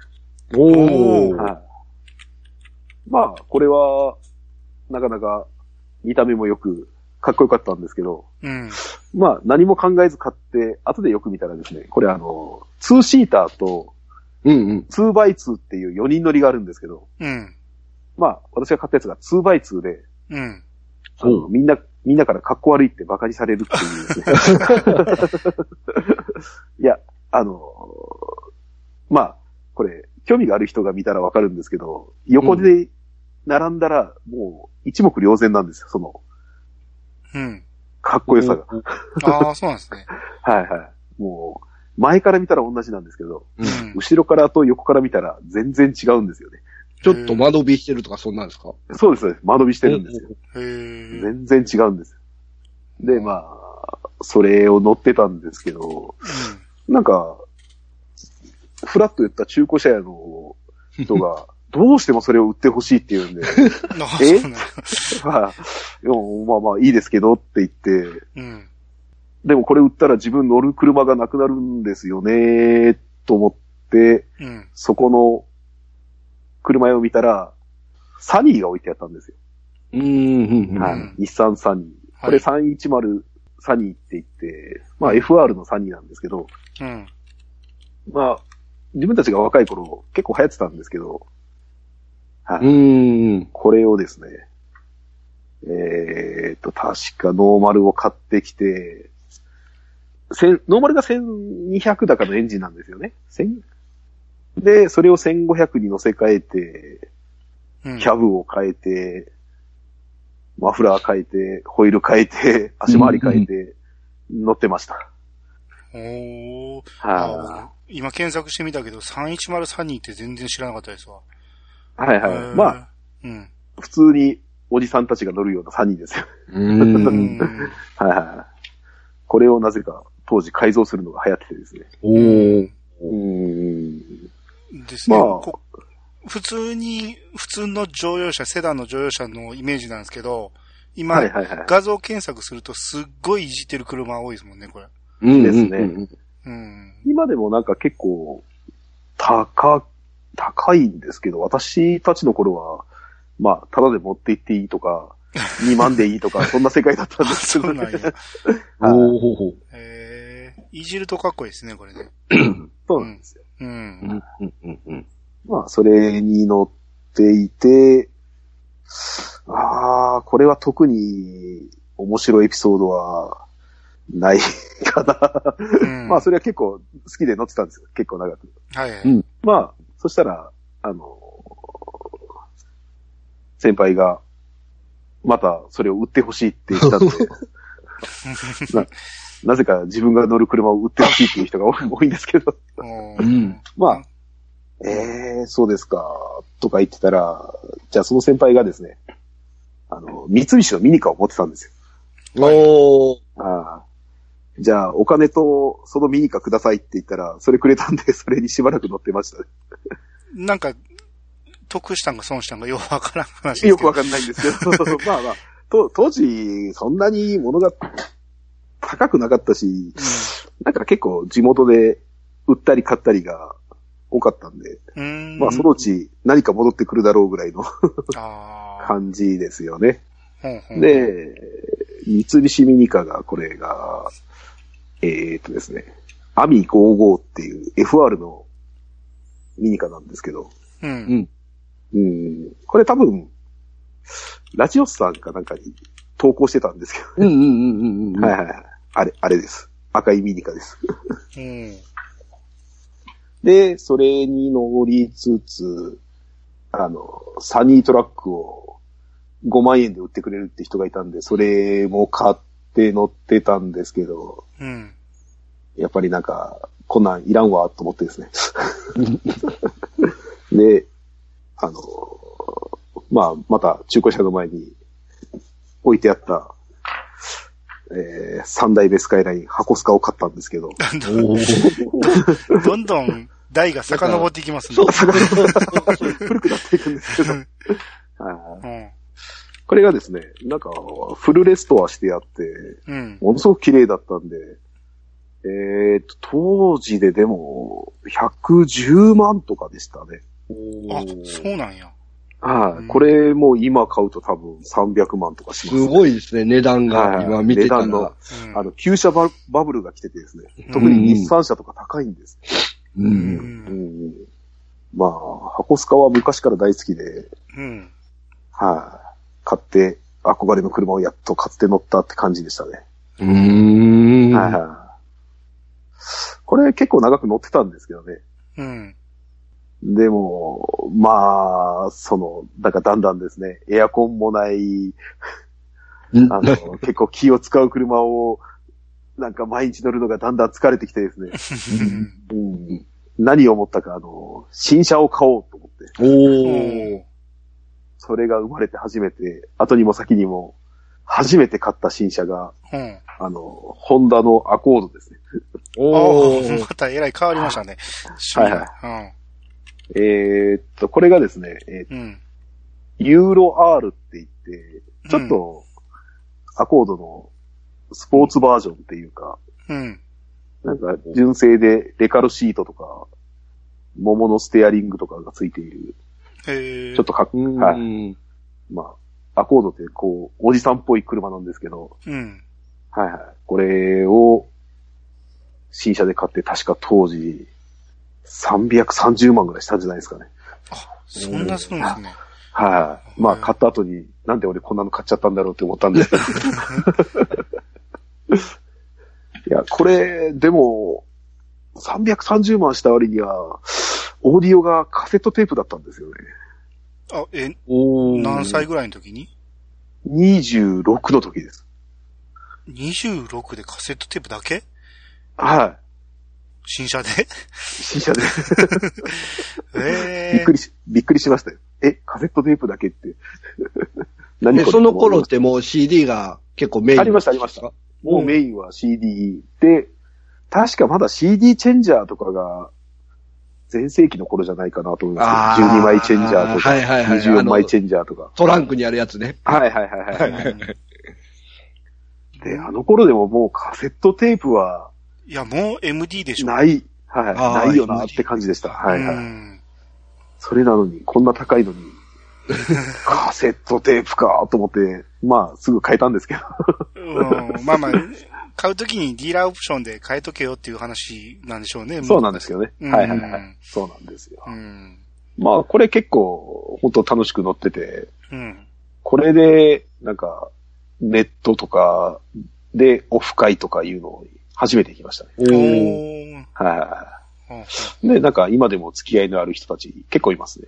まあ、これは、なかなか見た目もよく、かっこよかったんですけど、まあ、何も考えず買って、後でよく見たらですね、これ2シーターと、2x2 っていう4人乗りがあるんですけど、まあ、私が買ったやつが 2x2 で、みんなからかっこ悪いって馬鹿にされるっていうですね。いや、まあ、これ、興味がある人が見たらわかるんですけど、横で並んだら、もう、一目瞭然なんですよ、その、かっこよさが。 そうなんですね。 もう、前から見たら同じなんですけど、後ろからと横から見たら全然違うんですよね。 ちょっと間延びしてるとかそんなんですか？ そうです、間延びしてるんですよ。全然違うんですよ。で、まあ、それを乗ってたんですけど、なんか、フラッと言った中古車屋の人が、どうしてもそれを売ってほしいって言うんで、まあまあいいですけどって言って、でもこれ売ったら自分乗る車がなくなるんですよね、と思って、そこの車屋を見たら、サニーが置いてあったんですよ。日産サニー。これ310サニーって言って、まあ FR のサニーなんですけど、まあ、自分たちが若い頃結構流行ってたんですけど、これをですね、確かノーマルを買ってきて、ノーマルが1200高のエンジンなんですよね。で、それを1500に乗せ替えて、キャブを変えて、マフラー変えて、ホイール変えて、足回り変えて、乗ってました。 今検索してみたけど、310サニーって全然知らなかったですわ。 まあ、普通におじさんたちが乗るようなサニーですよ。これをなぜか当時改造するのが流行っててですね。 ですね。まあ、普通の乗用車、セダンの乗用車のイメージなんですけど、 今、 はいはいはい。 画像検索するとすっごいいじってる車多いですもんね、これ。 いいですね。 うん。 今でもなんか結構、高いんですけど、私たちの頃は、まあ、ただで持って行っていいとか、2万でいいとか、そんな世界だったんですけど、ね。 そうなんや。 おー。 いじるとかっこいいですね、これね。 そうなんですよ。 うん。 まあ、それに乗っていて、これは特に面白いエピソードはないかな。まあ、それは結構好きで乗ってたんですよ。結構長く。 はいはい。 まあ、そしたら、先輩が、またそれを売ってほしいって言ったんで、なぜか自分が乗る車を売ってほしいっていう人が多いんですけど。まあ、そうですか、とか言ってたら、じゃあその先輩がですね、三菱のミニカーを持ってたんですよ。 おー。 じゃあ、お金とそのミニカーくださいって言ったら、それくれたんで、それにしばらく乗ってましたね。 なんか、得したんか損したんかよくわからん話ですけど。 よくわかんないんですけど、まあまあ、当時、そんなに物が高くなかったし、なんか結構地元で売ったり買ったりが多かったんで、まあそのうち何か戻ってくるだろうぐらいの感じですよね。で、三菱ミニカが、これが、ですね、アミ55っていう FR のミニカなんですけど、これ多分、ラジオスさんかなんかに投稿してたんですけど、はいはいはい。あれです。赤いミニカです。で、それに乗りつつ、サニートラックを5万円で売ってくれるって人がいたんで、それも買って乗ってたんですけど、やっぱりなんか、こんなんいらんわと思ってですね。で、まあ、また中古車の前に置いてあった、3代目スカイライン、箱スカを買ったんですけど。 どんどん台が遡っていきますね。 古くなっていくんですけど。これがですね、なんか、フルレストアしてあって、ものすごく綺麗だったんで、当時ででも、110万とかでしたね。 あ、そうなんや。 はい。これも今買うと多分300万とかします、 ね。すごいですね、値段が。今見てたら。値段の、旧車バブルが来ててですね。特に日産車とか高いんです。まあ、箱スカは昔から大好きで、はい。買って、憧れの車をやっと買って乗ったって感じでしたね。これ結構長く乗ってたんですけどね。でも、まあ、だからだんだんですね、エアコンもない、結構気を使う車を、なんか毎日乗るのがだんだん疲れてきてですね。何を思ったか、新車を買おうと思って。それが生まれて初めて、後にも先にも、初めて買った新車が、ホンダのアコードですね。 またえらい変わりましたね。 これがですね、ユーロ R って言って、ちょっと、アコードのスポーツバージョンっていうか、なんか純正でレカルシートとか、桃のステアリングとかがついている、ちょっとはい。まあ、アコードってこう、おじさんっぽい車なんですけど、これを、新車で買って確か当時、330万ぐらいしたんじゃないですかね。 あ、そんなするんですね。 まあ、買った後に、なんで俺こんなの買っちゃったんだろうって思ったんで。いや、これ、でも、330万した割には、オーディオがカセットテープだったんですよね。 何歳ぐらいの時に ?26 の時です。 26でカセットテープだけ？新車で新車で。びっくりしましたよ。カセットテープだけって。 その頃ってもう CD が結構メイン。 ありました。もうメインは CD で、確かまだ CD チェンジャーとかが前世紀の頃じゃないかなと思いますけど、12枚チェンジャーとか、 はいはいはい、 24枚チェンジャーとか。 トランクにあるやつね。 はいはいはいはい。で、あの頃でももうカセットテープは、 いや、もう MD でしょ。 ない、はい、ないよなって感じでした。はいはい。それなのに、こんな高いのに、カセットテープかと思って、まあ、すぐ買えたんですけど。 まあまあ、買うときにディーラーオプションで買えとけよっていう話なんでしょうね。 そうなんですよね。はいはいはい。そうなんですよ。まあ、これ結構、本当楽しく乗ってて、これで、なんか、ネットとかでオフ会とかいうのを初めて行きましたね。はい。で、なんか今でも付き合いのある人たち結構いますね。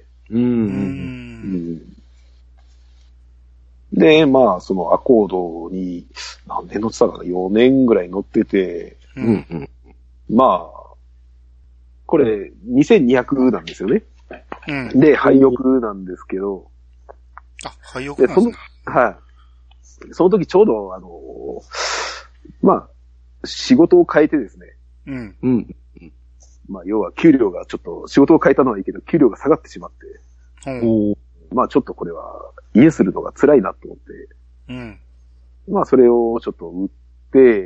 で、まあ、そのアコードに何年乗ってたかな ?4 年ぐらい乗ってて、まあ、これ2200なんですよね。で、廃屋なんですけど、 廃屋なんですね。 はい。その時ちょうど、まあ、仕事を変えてですね。まあ、要は給料がちょっと、仕事を変えたのはいいけど、給料が下がってしまって。まあ、ちょっとこれは、家するのが辛いなと思って。まあ、それをちょっと売って、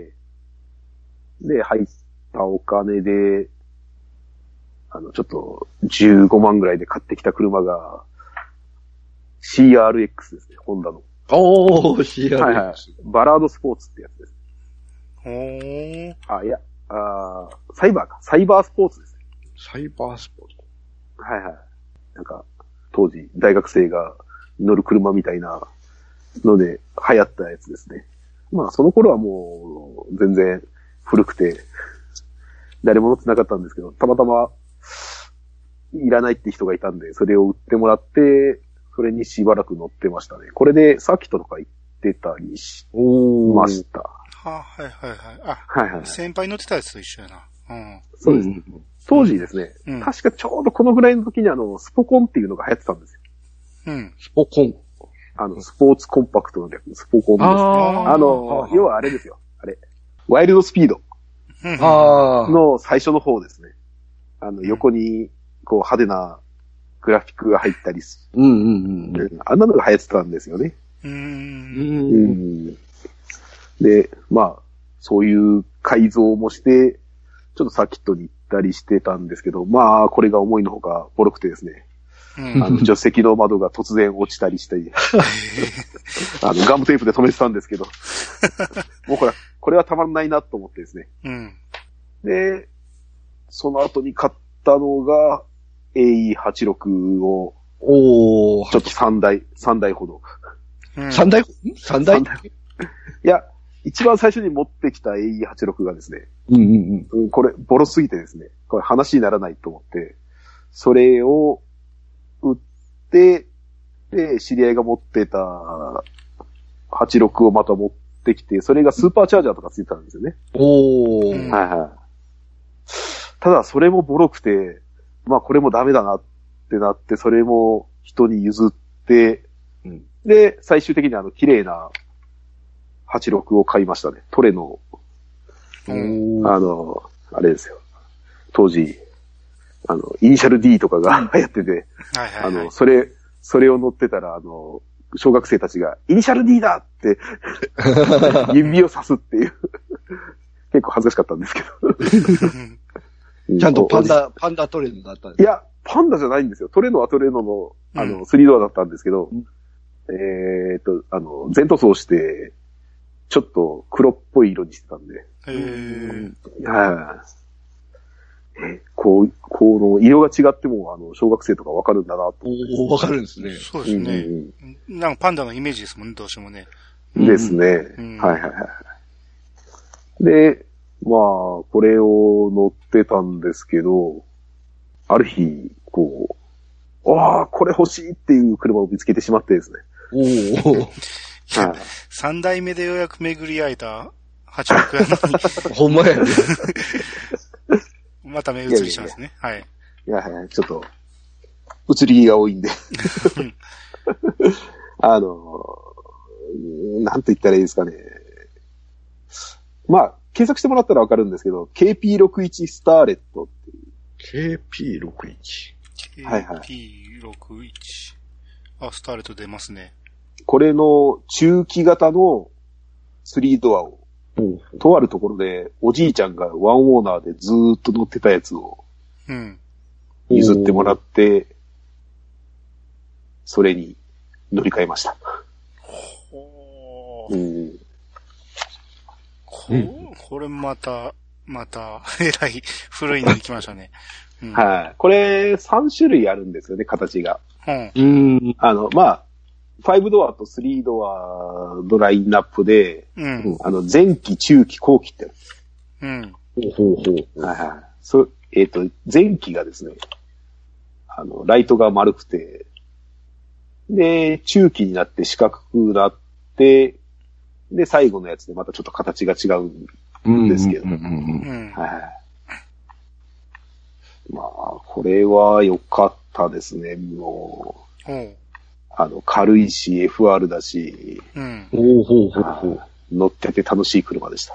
で、入ったお金で、ちょっと、15万ぐらいで買ってきた車が、CRX ですね、ホンダの。 CRX。 はいはい。バラードスポーツってやつです。いや、サイバーか。サイバースポーツですね。 サイバースポーツ。 はいはい。なんか、当時、大学生が乗る車みたいなので流行ったやつですね。まあ、その頃はもう、全然古くて、誰も乗ってなかったんですけど、たまたま、いらないって人がいたんで、それを売ってもらって、それにしばらく乗ってましたね。これでサーキットとか行ってたりしました。 はいはいはい。先輩乗ってたやつと一緒やな。 そうです。当時ですね、確かちょうどこのぐらいの時にスポコンっていうのが流行ってたんですよ。 スポコン。 スポーツコンパクトの略、スポコンですね。要はあれですよ。あれ。ワイルドスピード。の最初の方ですね。横に、こう派手なグラフィックが入ったりする。あんなのが流行ってたんですよね。で、まあ、そういう改造もして、ちょっとサーキットに行ったりしてたんですけど、まあ、これが思いのほかボロくてですね。助手席の窓が突然落ちたりしたり、ガムテープで止めてたんですけど、もうこれはたまんないなと思ってですね。で、その後に買ったのが、AE86 を、ちょっと3台ほど。 3台 ?3 台いや、一番最初に持ってきた AE86 がですね、これ、ボロすぎてですね、これ話にならないと思って、それを売って、で、知り合いが持ってた86をまた持ってきて、それがスーパーチャージャーとかついてたんですよね。ただ、それもボロくて、まあこれもダメだなってなって、それも人に譲って、で、最終的に綺麗な86を買いましたね。トレの、あれですよ。当時、イニシャル D とかが流行ってて、それを乗ってたら、小学生たちが、イニシャル D だって指をさすっていう、結構恥ずかしかったんですけど。ちゃんとパンダトレーノだったんですか？ いや、パンダじゃないんですよ。トレノはトレノの、3ドアだったんですけど、全塗装して、ちょっと黒っぽい色にしてたんで。この色が違っても、小学生とかわかるんだなと。 わかるんですね。 そうですね。なんかパンダのイメージですもんね、どうしてもね。 ですね。で、まあ、これを乗ってたんですけど、ある日、これ欲しいっていう車を見つけてしまってですね。 3代目でようやく巡り会えた86やのに。 ほんまやね。 また目移りしますね。 いや、ちょっと、移りが多いんで。なんと言ったらいいですかね。まあ、検索してもらったらわかるんですけど、KP61 スターレットっていう。 KP61。 はいはい。 KP61。あ、スターレット出ますね。 これの中期型の3ドアを、とあるところでおじいちゃんがワンオーナーでずーっと乗ってたやつを、譲ってもらって、それに乗り換えました。 これまた、えらい古いのに来ましたね。 はい。これ3種類あるんですよね、形が。まあ、5ドアと3ドアのラインナップで、前期、中期、後期ってある。前期がですね、ライトが丸くて、で、中期になって四角くなって、で、最後のやつでまたちょっと形が違うんですけど。まあ、これは良かったですね、もう。軽いし、FR だし、乗ってて楽しい車でした。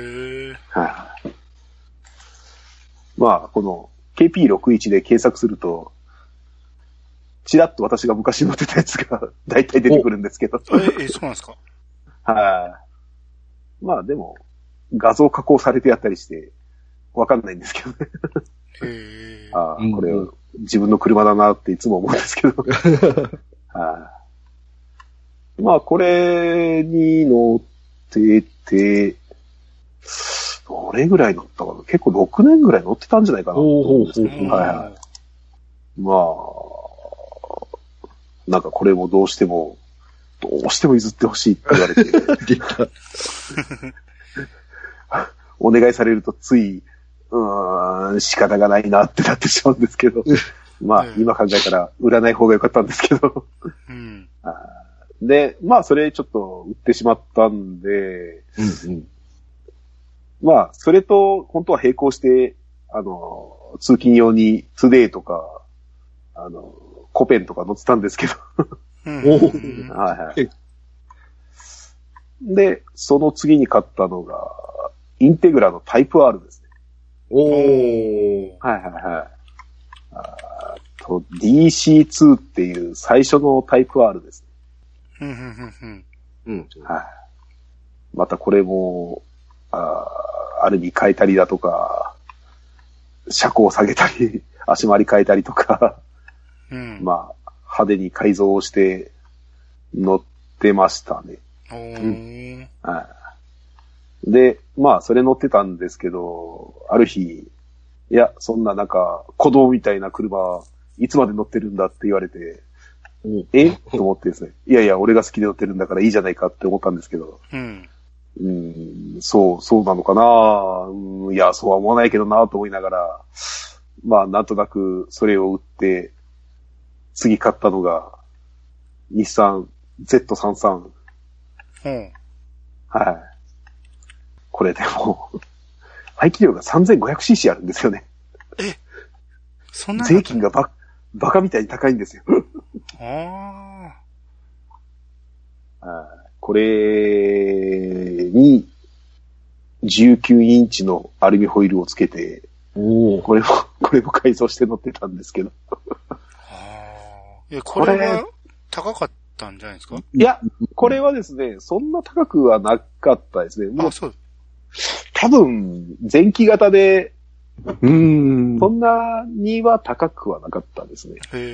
まあ、この KP61 で検索すると、ちらっと私が昔乗ってたやつが大体出てくるんですけど。 そうなんですか？ まあでも、画像加工されてやったりして、わかんないんですけどね。これ、自分の車だなっていつも思うんですけど。まあ、これに乗ってて、どれぐらい乗ったかな？結構6年ぐらい乗ってたんじゃないかな。まあ、なんかこれもどうしても譲ってほしいって言われて。お願いされるとつい、仕方がないなってなってしまうんですけど。まあ、今考えたら売らない方が良かったんですけど。で、まあ、それちょっと売ってしまったんで、まあ、それと本当は並行して、通勤用にトゥデイとか、コペンとか乗ってたんですけど。で、その次に買ったのが、インテグラのタイプ R ですね。DC2 っていう最初のタイプ R ですね。またこれも、アルミ変えたりだとか、車高を下げたり、足回り変えたりとか、まあ、派手に改造をして乗ってましたね。で、まあ、それ乗ってたんですけど、ある日、いや、そんななんか、子供みたいな車、いつまで乗ってるんだって言われて、と思ってですね。いやいや、俺が好きで乗ってるんだからいいじゃないかって思ったんですけど、そうなのかな、いや、そうは思わないけどなと思いながら、まあ、なんとなくそれを売って、次買ったのが、日産 Z33。これでも、排気量が 3500cc あるんですよね。 そんな税金がバカみたいに高いんですよ。これに、19インチのアルミホイールをつけて、これも改造して乗ってたんですけど。 これは高かったんじゃないですか？ いや、これはですね、そんな高くはなかったですね。多分、前期型で、そんなには高くはなかったですね。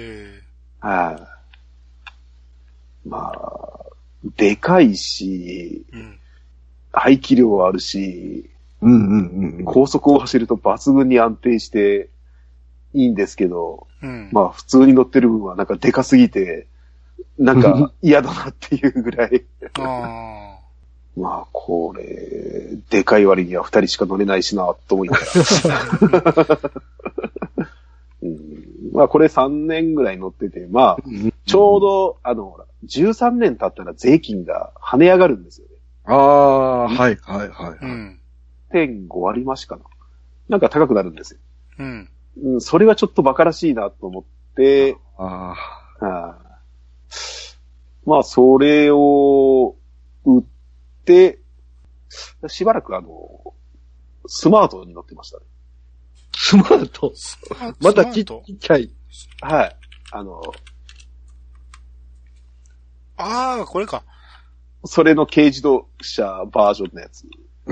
まあ、でかいし、排気量あるし、高速を走ると抜群に安定していいんですけど、まあ普通に乗ってる分はなんかでかすぎて、なんか嫌だなっていうぐらい。まあこれ、でかい割には2人しか乗れないしなと思いながら。まあこれ3年ぐらい乗ってて、まあ、ちょうど、13年経ったら税金が跳ね上がるんですよね。1.5 割増しかな。なんか高くなるんですよ。それはちょっと馬鹿らしいなと思って、まあそれを売って、しばらくスマートに乗ってましたね。 スマート。またちっちゃい。 はい。 これか。 それの軽自動車バージョンのやつ。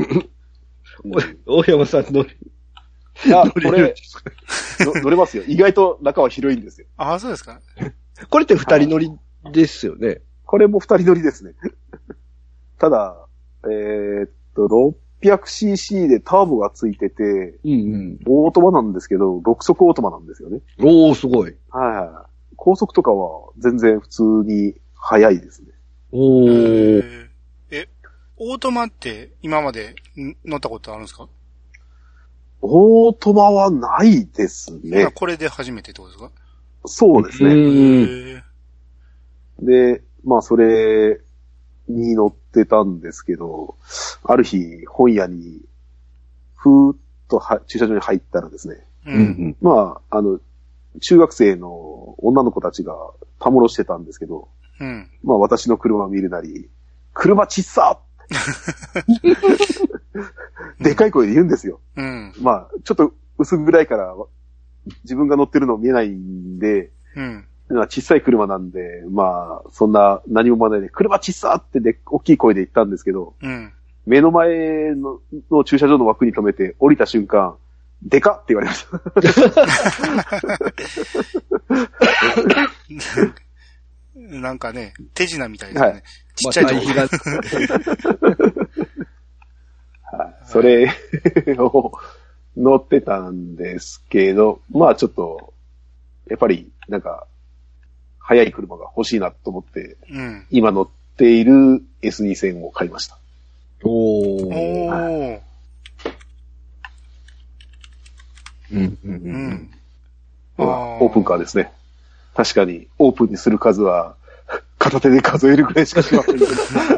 大山さん乗れ乗れますよ。意外と中は広いんですよ。 そうですか。 これって二人乗りですよね。 これも二人乗りですね。ただ、600cc でターボがついてて、オートマなんですけど、6速オートマなんですよね。 おー、すごい。 はい。高速とかは全然普通に速いですね。 おー。 オートマって今まで乗ったことあるんですか？ オートマはないですね。 これで初めてってことですか？ そうですね。で、それに乗ってたんですけど、ある日本屋にふーっと駐車場に入ったらですね、中学生の女の子たちがたむろしてたんですけど、私の車を見るなり、車ちっさでかい声で言うんですよ。ちょっと薄暗いから自分が乗ってるの見えないんで、小さい車なんで、そんな何も思わないで、車ちっさって大きい声で言ったんですけど、目の前の駐車場の枠に止めて降りた瞬間、でかって言われました。 なんかね、手品みたいですね。 はい、 ちっちゃいとこそれを乗ってたんですけど、ちょっと、やっぱり、速い車が欲しいなと思って、今乗っている S2 戦を買いました。 オープンカーですね。確かに、オープンにする数は、片手で数えるぐらいしかしません。い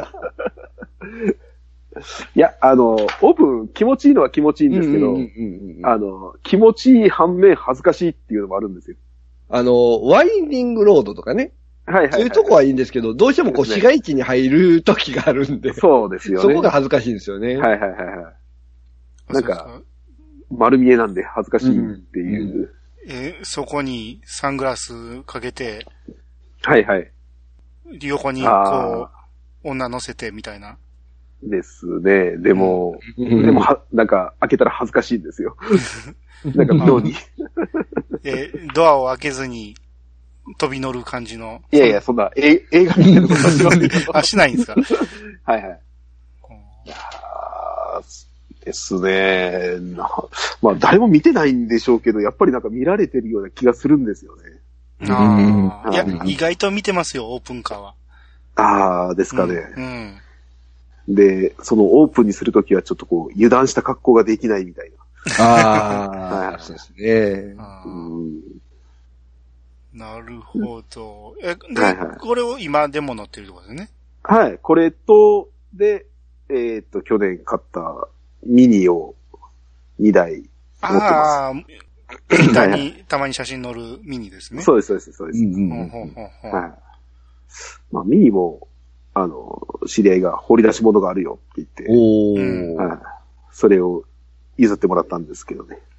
や、オープン気持ちいいのは気持ちいいんですけど、気持ちいい反面恥ずかしいっていうのもあるんですよ。 ワインディングロードとかね。そういうとこはいいんですけど、どうしても市街地に入る時があるんで。 そうですよね。 そこが恥ずかしいんですよね。 丸見えなんで恥ずかしいっていう。 そこにサングラスかけて、横に女乗せてみたいな。 ですね。でも、開けたら恥ずかしいんですよ。妙に。 ドアを開けずに飛び乗る感じの。 いや、そんな、映画見てることはしないんですか？ ですね。誰も見てないんでしょうけど、やっぱり見られてるような気がするんですよね。 いや、意外と見てますよ、オープンカーは。 ですかね。で、そのオープンにするときはちょっと油断した格好ができないみたいな。 そうですね。 なるほど。これを今でも乗ってるってことですね。 これと、で、去年買ったミニを2台持ってます。 たまに写真載るミニですね。 そうです。ミニも、知り合いが掘り出し物があるよって言って、それを譲ってもらったんですけどね。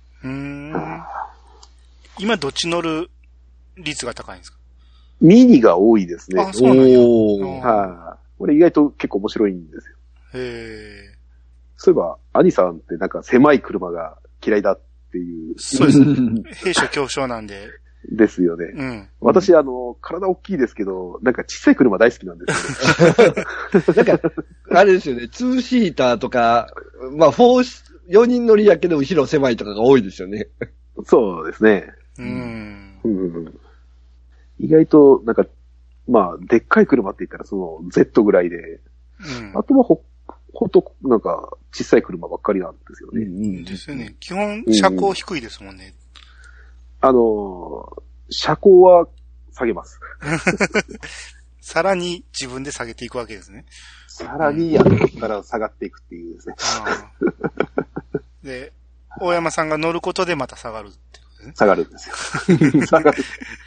今どっち乗る率が高いんですか？ ミニが多いですね。 そうなんや。 これ意外と結構面白いんですよ。そういえば、兄さんって狭い車が嫌いだっていう。 そうです。兵所恐怖症なんで。 ですよね。私、体大きいですけど、小さい車大好きなんですよね。 あれですよね、2シーターとか、4人乗りやけど後ろ狭いとかが多いですよね。 そうですね。意外と、でっかい車って言ったらその Z ぐらいで、あとはほんと、小さい車ばっかりなんですよね。 ですよね。基本、車高低いですもんね。 車高は下げます。 さらに自分で下げていくわけですね。 さらにここから下がっていくっていうですね。 で、大山さんが乗ることでまた下がるってことですね。 下がるんですよ。下がる。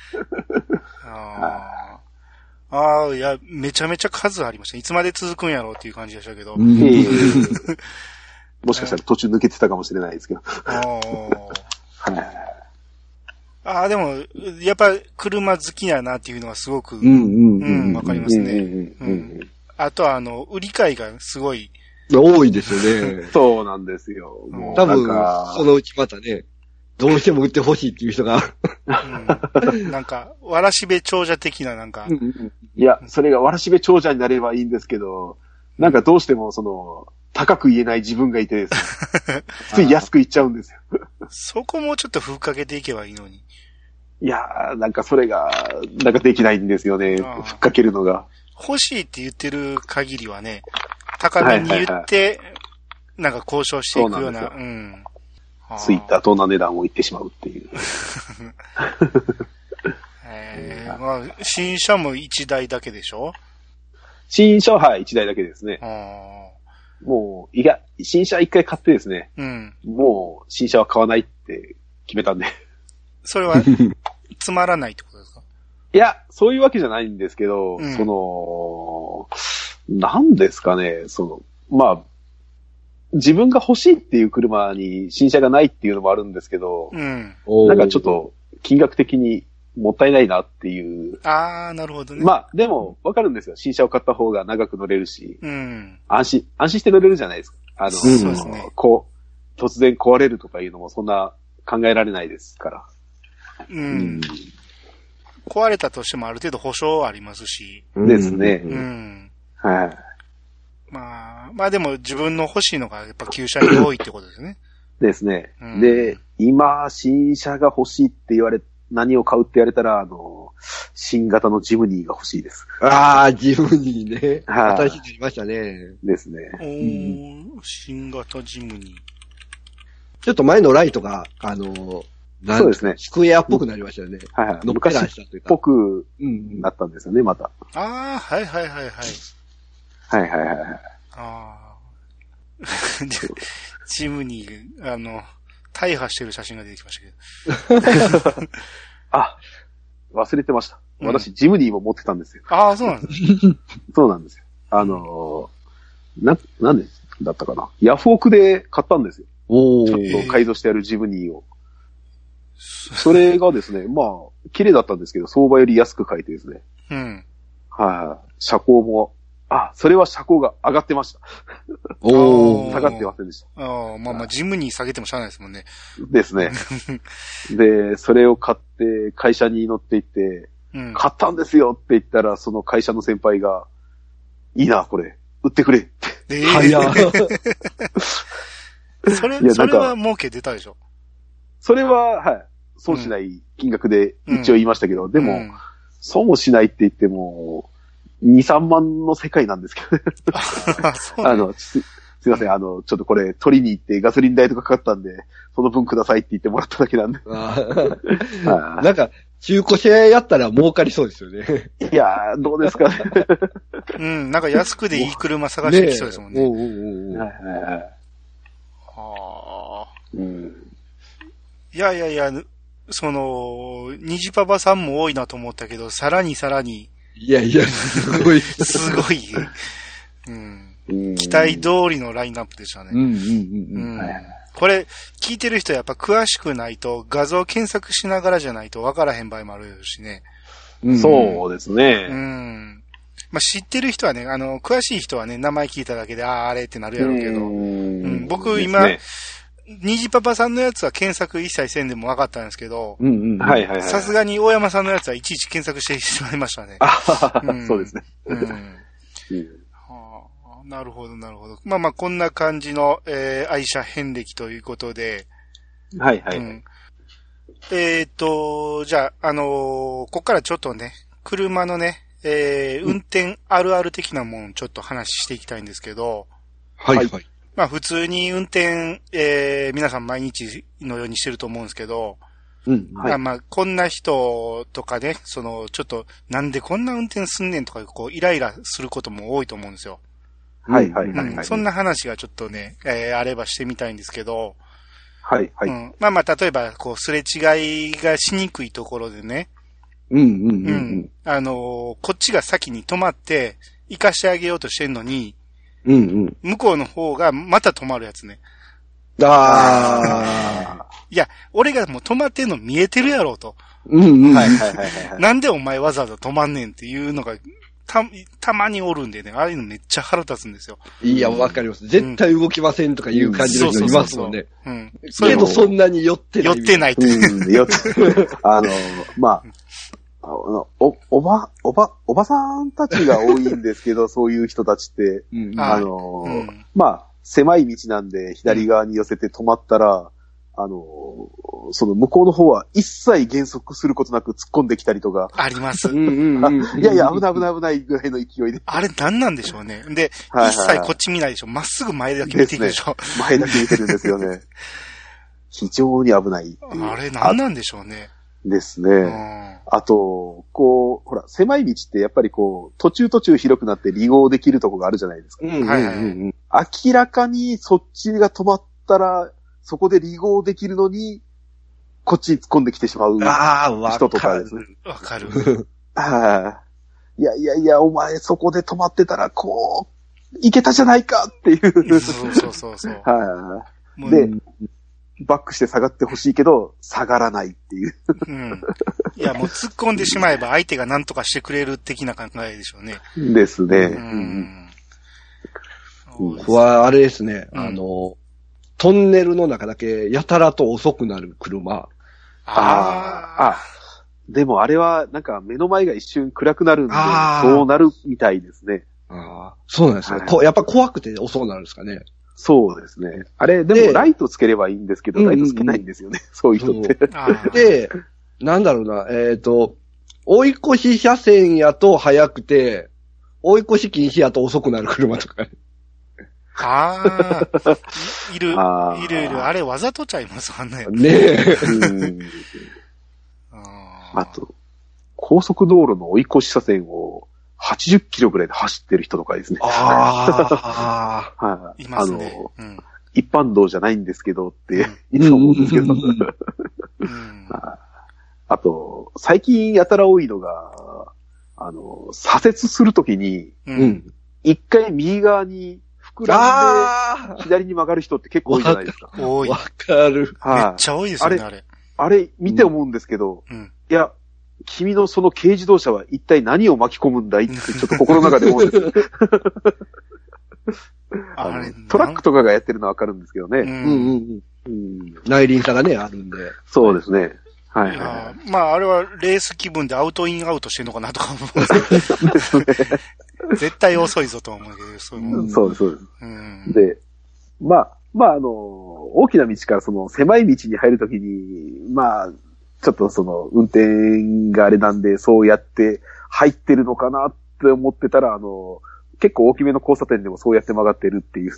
いや、めちゃめちゃ数ありました。いつまで続くんやろうっていう感じでしたけど。 もしかしたら途中抜けてたかもしれないですけど。 はい。 ああ、でも、やっぱ車好きやなっていうのはすごく、わかりますね。あとは売り買いがすごい。 多いですよね。 そうなんですよ。もう多分、そのうちまたね、どうしても売ってほしいっていう人が。 なんか、わらしべ長者的ななんか。 いや、それがわらしべ長者になればいいんですけど、なんかどうしても高く言えない自分がいてですね。つい安く言っちゃうんですよ。 そこもちょっとふっかけていけばいいのに。 いやー、なんかそれが、なんかできないんですよね。ふっかけるのが。 欲しいって言ってる限りはね、高めに言って、なんか交渉していくような。 つい妥当な値段を言ってしまうっていう。 まあ、新車も1台だけでしょ？ 新車ははい、1台だけですね。もう、新車1回買ってですね。もう、新車は買わないって決めたんで。それは、 つまらないってことですか？ いや、そういうわけじゃないんですけど、なんですかね、まあ、自分が欲しいっていう車に新車がないっていうのもあるんですけど、なんかちょっと金額的にもったいないなっていう。 ああ、なるほどね。 まあ、でもわかるんですよ。新車を買った方が長く乗れるし、安心して乗れるじゃないですか。 そうですね。 突然壊れるとかいうのもそんな考えられないですから。 壊れたとしてもある程度保証はありますし。 ですね。はい。 まあでも自分の欲しいのがやっぱ旧車に多いってことですね。 ですね。で、今、新車が欲しいって何を買うって言われたら、新型のジムニーが欲しいです。 ああ、ジムニーね。新しいの出ましたね。 ですね。 新型ジムニー。 ちょっと前のライトが、そうですね。 スクエアっぽくなりましたよね。 はいはい。昔っぽくなったんですよね、また。 ああ、はいはいはいはい。 はいはいはい。 ああ。ジムニー、大破してる写真が出てきましたけど。 あ、忘れてました。私、ジムニーも持ってたんですよ。 ああ、そうなんですそうなんですよ。なんでだったかな。ヤフオクで買ったんですよ。ちょっと改造してあるジムニーを。それがですね、まあ、綺麗だったんですけど、相場より安く買えてですね。はい、車高も、それは車高が上がってました。下がってませんでした。 まあ、ジムに下げてもしゃあないですもんね。 ですね。で、それを買って会社に乗って行って、買ったんですよって言ったら、その会社の先輩が、いいな、これ、売ってくれって。 早それは儲け出たでしょ？ それは、はい。損しない金額で一応言いましたけど、でも、損をしないって言っても、2、3万の世界なんですけど。すいません、ちょっとこれ取りに行ってガソリン代とかかかったんで、その分くださいって言ってもらっただけなんで。 なんか、中古車やったら儲かりそうですよね。 いやー、どうですかね。なんか安くでいい車探してきそうですもんね。いや、虹パパさんも多いなと思ったけど、さらに。 いや、すごい。 すごい。期待通りのラインナップでしたね。これ、聞いてる人はやっぱ詳しくないと、画像検索しながらじゃないと分からへん場合もあるしね。 そうですね。 まあ、知ってる人はね、詳しい人はね、名前聞いただけで、あれってなるやろうけど、僕今、虹パパさんのやつは検索一切せんでも分かったんですけど、さすがに大山さんのやつはいちいち検索してしまいましたね。 そうですね。 なるほど。まあ、こんな感じの、愛車遍歴ということで。じゃあ、ここからちょっとね、車のね、運転あるある的なもんちょっと話していきたいんですけど。まあ普通に運転、皆さん毎日のようにしてると思うんですけど、まあこんな人とかね、ちょっとなんでこんな運転すんねんとかこうイライラすることも多いと思うんですよ。そんな話がちょっとね、あればしてみたいんですけど、まあ例えばこうすれ違いがしにくいところでね、こっちが先に止まって行かしてあげようとしてんのに、向こうの方がまた止まるやつね。 いや、俺がもう止まってんの見えてるやろうと。なんでお前わざわざ止まんねんっていうのが、たまにおるんでね、ああいうのめっちゃ腹立つんですよ。 いや、わかります。絶対動きませんとかいう感じの人いますもんね。けどそんなに寄ってない。 寄ってないって。 まあ、おばさんたちが多いんですけど、そういう人たちって、まあ、狭い道なんで左側に寄せて止まったら、その向こうの方は一切減速することなく突っ込んできたりとか。 あります。 いやいや、危ないぐらいの勢いで。 あれ何なんでしょうね。で、一切こっち見ないでしょ。まっすぐ前だけ見ていくでしょ。 前だけ見てるんですよね。非常に危ないっていう。 あれ何なんでしょうね。 ですね。あと、こう、ほら、狭い道ってやっぱりこう、途中広くなって離合できるとこがあるじゃないですか。明らかにそっちが止まったら、そこで離合できるのに、こっちに突っ込んできてしまう人とかですね。 わかる。 いや、お前そこで止まってたら、こう、行けたじゃないかっていう。 そう。 で、バックして下がってほしいけど、下がらないっていう。 いや、もう突っ込んでしまえば相手が何とかしてくれる的な考えでしょうね。 ですね。 僕はあれですね、トンネルの中だけやたらと遅くなる車。でもあれはなんか目の前が一瞬暗くなるんで、そうなるみたいですね。 そうなんですね。やっぱ怖くて遅くなるんですかね。 そうですね。あれ、でもライトつければいいんですけど、ライトつけないんですよね。そういう人って。 で、なんだろうな、追い越し車線やと速くて、追い越し禁止やと遅くなる車とか。 いる。あれわざとちゃいますわね。 あと、高速道路の追い越し車線を80キロぐらいで走ってる人とかですね。 いますね。 一般道じゃないんですけどって、いつも思うんですけど。あと、最近やたら多いのが、左折するときに、一回右側に膨らんで、左に曲がる人って結構多いじゃないですか。 多い。 わかる。 めっちゃ多いですよね、あれ。 あれ、見て思うんですけど、いや、君のその軽自動車は一体何を巻き込むんだいってちょっと心の中で思うんですよ。トラックとかがやってるのはわかるんですけどね。 内輪差がね、あるんで。 そうですね。 まあ、あれはレース気分でアウトインアウトしてんのかなとか思うんですけど。絶対遅いぞと思うけど、 そうです。で、まあ、大きな道からその狭い道に入るときに、まあ、ちょっとその運転があれなんで、そうやって入ってるのかなって思ってたら、結構大きめの交差点でもそうやって曲がってるっていう。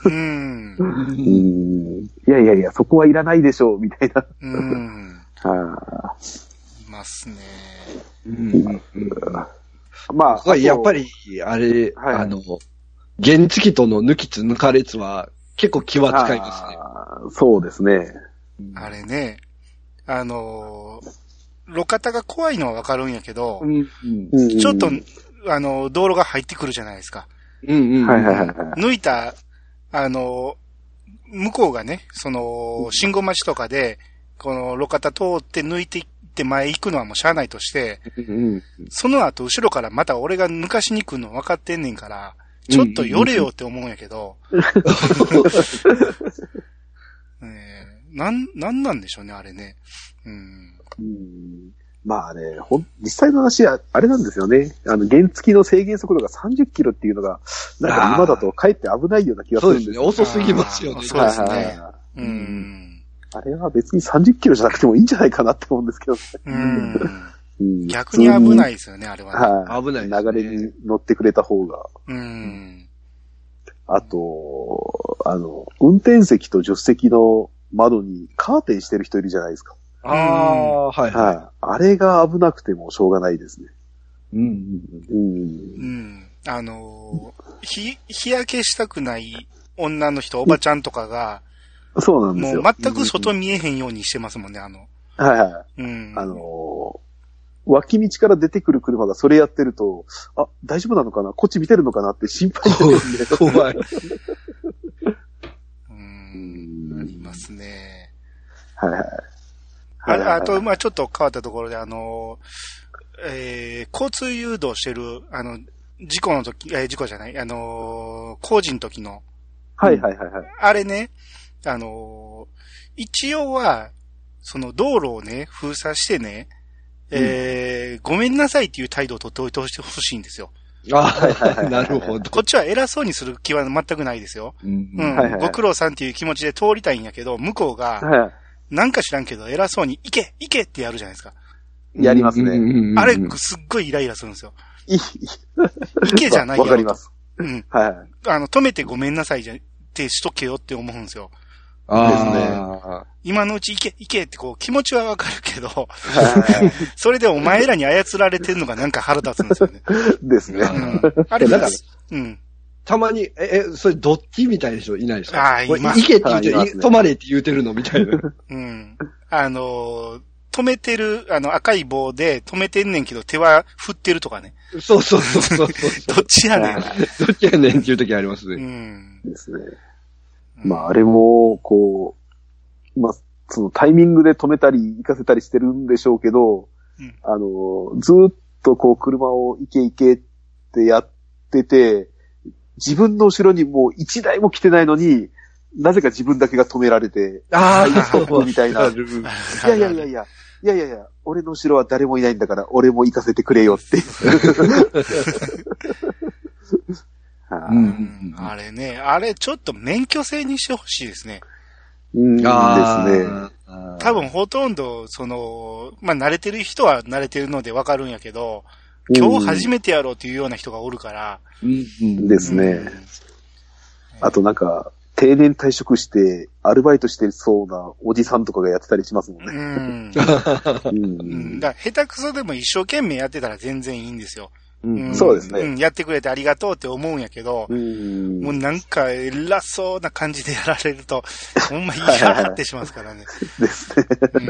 いや、そこはいらないでしょう、みたいな。 いますね。 まあ、やっぱり、あれ、原付との抜きつ抜かれつは結構気は使いますね。 そうですね。 あれね、路肩が怖いのはわかるんやけど、ちょっと、道路が入ってくるじゃないですか。抜いた、向こうがね、信号待ちとかで、この路肩通って抜いていって前行くのはもうしゃあないとして、その後後ろからまた俺が抜かしに来るの分かってんねんから、ちょっと寄れよって思うんやけど、なんなんでしょうね、あれね。 まあね、実際の話は、あれなんですよね。原付の制限速度が30キロっていうのが、なんか今だとかえって危ないような気がするんですよ。 そうですね、遅すぎますよね。 そうですね。 あれは別に30キロじゃなくてもいいんじゃないかなって思うんですけどね。 逆に危ないですよね、あれはね。危ない。 流れに乗ってくれた方が。あと、運転席と助手席の窓にカーテンしてる人いるじゃないですか。あれが危なくてもしょうがないですね。 日焼けしたくない女の人、おばちゃんとかが、 そうなんですよ。 もう全く外見えへんようにしてますもんね、 脇道から出てくる車がそれやってると、大丈夫なのかな？こっち見てるのかなって心配になるんで。 怖い。 ですね。 はいはい。 あと、まあちょっと変わったところで、交通誘導してる、事故の時、事故じゃない、工事の時の。 はいはいはいはい。 あれね、一応は、その道路をね、封鎖してね、ごめんなさいっていう態度を取っておいてほしいんですよ。 なるほど。 こっちは偉そうにする気は全くないですよ。ご苦労さんっていう気持ちで通りたいんやけど、向こうが、なんか知らんけど偉そうに行けってやるじゃないですか。 やりますね。 あれ、すっごいイライラするんですよ。行けじゃないよ。 わかります。 止めてごめんなさいってしとけよって思うんですよ。 ですね。 今のうち行けってこう気持ちはわかるけど、それでお前らに操られてるのがなんか腹立つんですよね。 ですね。 あれ、 なんか、たまに、それどっちみたいな人いないですか？行けって言って、止まれって言うてるのみたいな。 止めてる、赤い棒で止めてんねんけど手は振ってるとかね。 そう。どっちやねん。 どっちやねんっていう時ありますね。 ですね。まあ、あれも、こう、まあ、そのタイミングで止めたり行かせたりしてるんでしょうけど、ずっとこう車を行けってやってて、自分の後ろにもう一台も来てないのに、なぜか自分だけが止められて、そうみたいな。いや、俺の後ろは誰もいないんだから、俺も行かせてくれよって。 あれね、あれちょっと免許制にしてほしいですね。 ですね。 多分ほとんど、まあ、慣れてる人は慣れてるのでわかるんやけど、今日初めてやろうっていうような人がおるから。 ですね。あとなんか、定年退職して、アルバイトしてそうなおじさんとかがやってたりしますもんね。 だから下手くそでも一生懸命やってたら全然いいんですよ。 そうですね。 やってくれてありがとうって思うんやけど、もうなんか偉そうな感じでやられると、ほんま嫌がってしますからね。 ですね。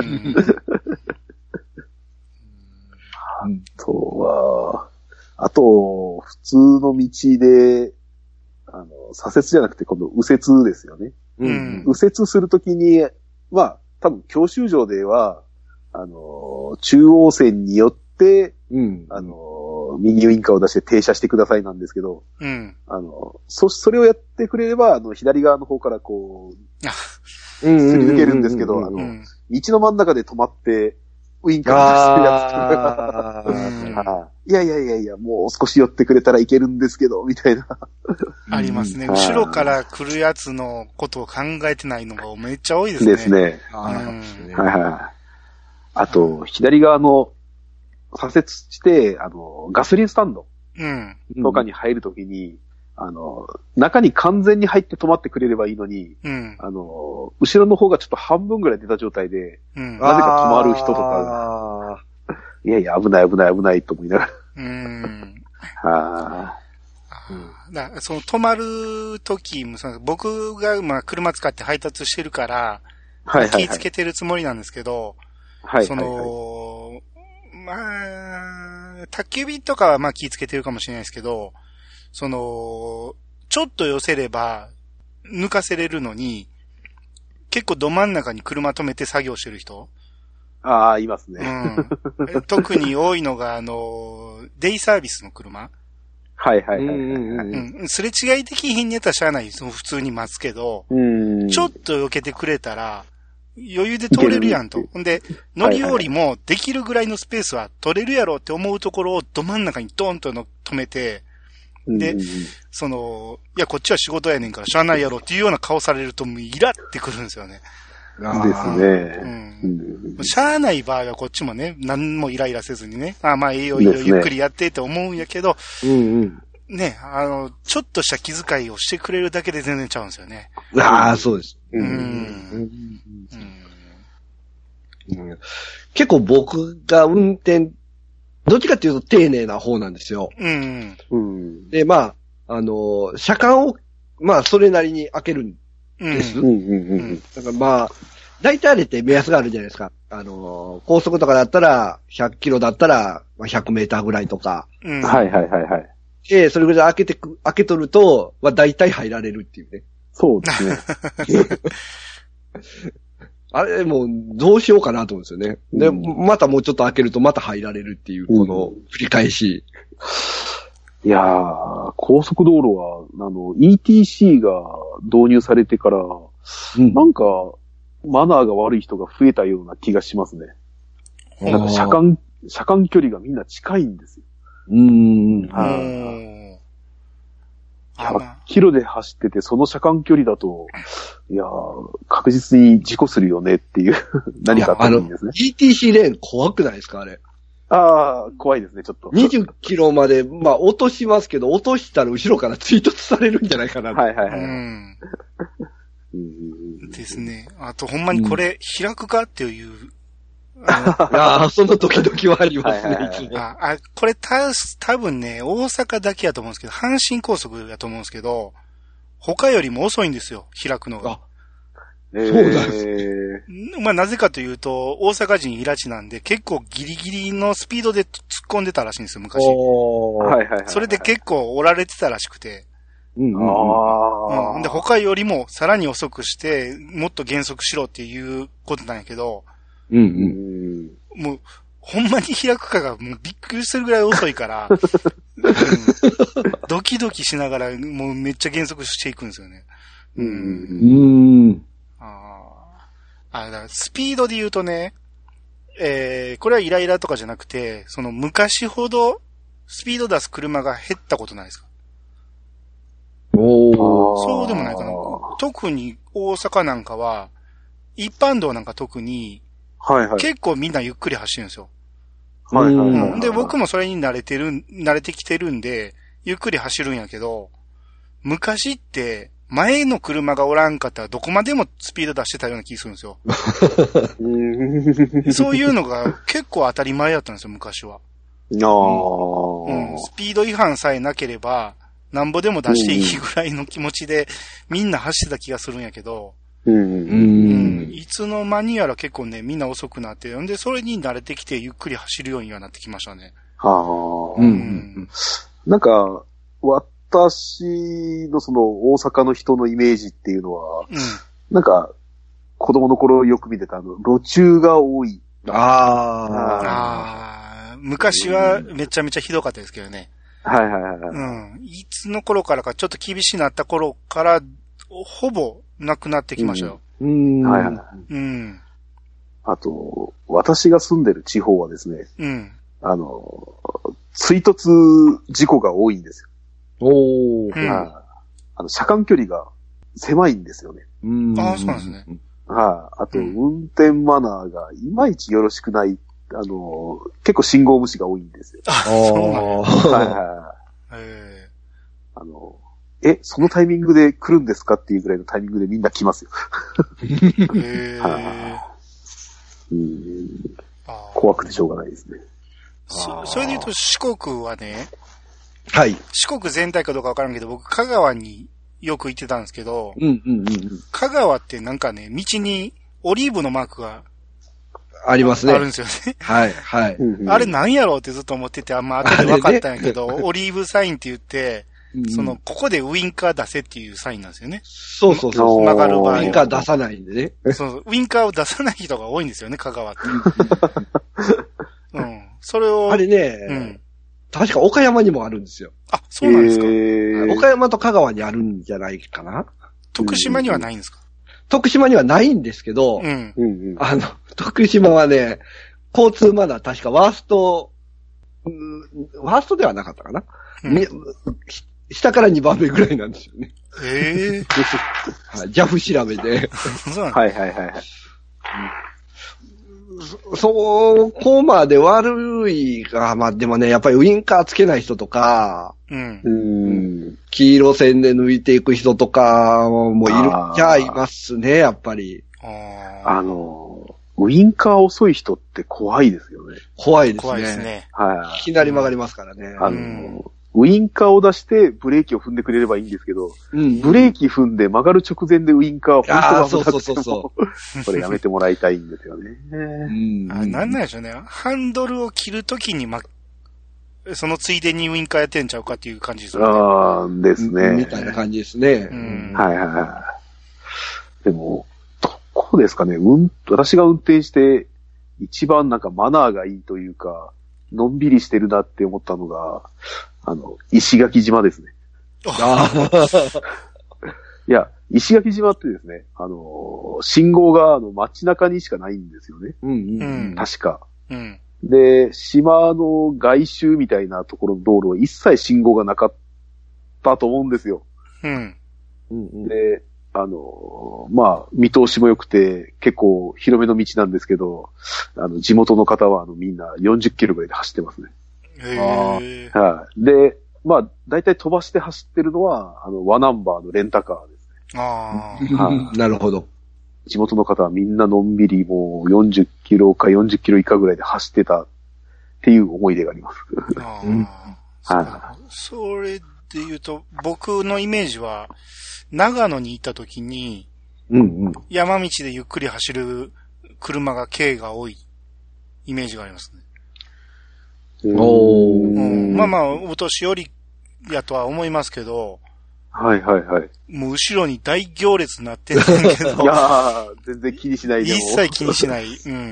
あと、普通の道で、左折じゃなくて今度右折ですよね。右折するときに、まあ、多分教習所では、中央線によって、右ウインカーを出して停車してくださいなんですけど、それをやってくれれば、左側の方からこう、すり抜けるんですけど、道の真ん中で止まって、ウインカー出すやつ。いや、もう少し寄ってくれたらいけるんですけど、みたいな。 ありますね。後ろから来るやつのことを考えてないのがめっちゃ多いですね。 ですね。あと、左側の左折して、ガソリンスタンドとかに入るときに、中に完全に入って止まってくれればいいのに、後ろの方がちょっと半分ぐらい出た状態で、なぜか止まる人とか、いや、危ないと思いながら。 その止まる時も、僕がまあ車使って配達してるから、気ぃつけてるつもりなんですけど、まあ、宅急便とかはまあ気ぃつけてるかもしれないですけど、ちょっと寄せれば抜かせれるのに、結構ど真ん中に車止めて作業してる人。 いますね。 特に多いのが、デイサービスの車。すれ違いできひんにやったらしゃあない。普通に待つけど、ちょっと避けてくれたら、余裕で通れるやんと。んで、乗り降りもできるぐらいのスペースは取れるやろって思うところをど真ん中にドーンと止めて、で、いや、こっちは仕事やねんからしゃあないやろっていうような顔されるともうイラってくるんですよね。 ですね。 しゃあない場合はこっちもね、何もイライラせずにね、まあいいよ、ゆっくりやってって思うんやけど、ね、ちょっとした気遣いをしてくれるだけで全然ちゃうんですよね。 そうです。結構僕が運転、どっちかっていうと丁寧な方なんですよ。で、まあ、車間を、まあ、それなりに開けるんです。だからまあ、大体あれって目安があるじゃないですか。高速とかだったら、100キロだったら、100メーターぐらいとか。で、それぐらい開けとると、大体入られるっていうね。 そうですね。 あれ、もう、どうしようかなと思うんですよね。で、またもうちょっと開けるとまた入られるっていう、この繰り返し。 いやー、高速道路は、ETC が導入されてから、なんか、マナーが悪い人が増えたような気がしますね。なんか車間距離がみんな近いんですよ。100キロで走ってて、その車間距離だと、いやー、確実に事故するよねっていう、何かあったんですね。 ETC レーン怖くないですか、あれ。 ああ、怖いですね、ちょっと。 20キロまで、まあ、落としますけど、落としたら後ろから追突されるんじゃないかな。 はいはいはい。 ですね。あと、ほんまにこれ、開くかっていう。 その時々はありますね、いつも。 これ多分ね、大阪だけやと思うんですけど、阪神高速やと思うんですけど、他よりも遅いんですよ、開くのが。 そうなんです。 まあ、なぜかというと、大阪人イラチなんで、結構ギリギリのスピードで突っ込んでたらしいんですよ、昔。それで結構折られてたらしくて。で、他よりもさらに遅くして、もっと減速しろっていうことなんやけど、もう、ほんまに開くかがもうびっくりするぐらい遅いから、ドキドキしながらもうめっちゃ減速していくんですよね。だからスピードで言うとね、これはイライラとかじゃなくて、その昔ほどスピード出す車が減ったことないですか？そうでもないかな。特に大阪なんかは、一般道なんか特に、結構みんなゆっくり走るんですよ。で、僕もそれに慣れてきてるんで、ゆっくり走るんやけど、昔って、前の車がおらんかったらどこまでもスピード出してたような気がするんですよ。そういうのが結構当たり前だったんですよ、昔は。スピード違反さえなければ、なんぼでも出していいぐらいの気持ちで、みんな走ってた気がするんやけど、いつの間にやら結構ね、みんな遅くなって、んで、それに慣れてきてゆっくり走るようにはなってきましたね。 なんか、私のその大阪の人のイメージっていうのは、なんか、子供の頃よく見てた路駐が多い。 昔はめちゃめちゃひどかったですけどね。いつの頃からかちょっと厳しくなった頃から、ほぼなくなってきましたよ。 あと、私が住んでる地方はですね、追突事故が多いんですよ。車間距離が狭いんですよね。 そうなんですね。 あと、運転マナーがいまいちよろしくない、結構信号無視が多いんですよ。そのタイミングで来るんですかっていうぐらいのタイミングでみんな来ますよ。怖くてしょうがないですね。 それで言うと四国はね、四国全体かどうかわからんけど、僕、香川によく行ってたんですけど、香川ってなんかね、道にオリーブのマークがありますね。 あるんですよね。あれ何やろうってずっと思ってて、後で分かったんやけど、オリーブサインって言って、ここでウインカー出せっていうサインなんですよね。 そう。 曲がる場合。 ウインカー出さないんでね。 ウインカーを出さない人が多いんですよね、香川って。それを。 あれね、確か岡山にもあるんですよ。 そうなんですか。 岡山と香川にあるんじゃないかな。 徳島にはないんですか？ 徳島にはないんですけど、徳島はね、交通マナー確かワーストではなかったかな。下から2番目ぐらいなんですよね。ジャフ調べで。そこまで悪いが、まあでもね、やっぱりウインカーつけない人とか、黄色線で抜いていく人とかもいるっちゃいますね、やっぱり。 ウインカー遅い人って怖いですよね。 怖いですね。いきなり曲がりますからね。 ウインカーを出してブレーキを踏んでくれればいいんですけど、ブレーキ踏んで曲がる直前でウインカーを本当は危なくても、それやめてもらいたいんですよね。 なんなんでしょうね。ハンドルを切るときにそのついでにウインカーやってんちゃうかっていう感じですよね。 ですね。 みたいな感じですね。 でも、とこうですかね。私が運転して、一番なんかマナーがいいというか、のんびりしてるなって思ったのが、石垣島ですね。いや、石垣島ってですね、信号が街中にしかないんですよね。確か。で、島の外周みたいなところの道路は一切信号がなかったと思うんですよ。で、まあ、見通しも良くて、結構広めの道なんですけど、地元の方はみんな40キロぐらいで走ってますね。はい。で、まあ、だいたい飛ばして走ってるのは、ワナンバーのレンタカーですね。 なるほど。 地元の方はみんなのんびりもう40キロか40キロ以下ぐらいで走ってたっていう思い出があります。 それで言うと、僕のイメージは、長野に行った時に、山道でゆっくり走る車が軽が多いイメージがありますね。まあまあ、お年寄りやとは思いますけど、もう後ろに大行列になってんねんけど。 いやー、全然気にしないでも。 一切気にしない。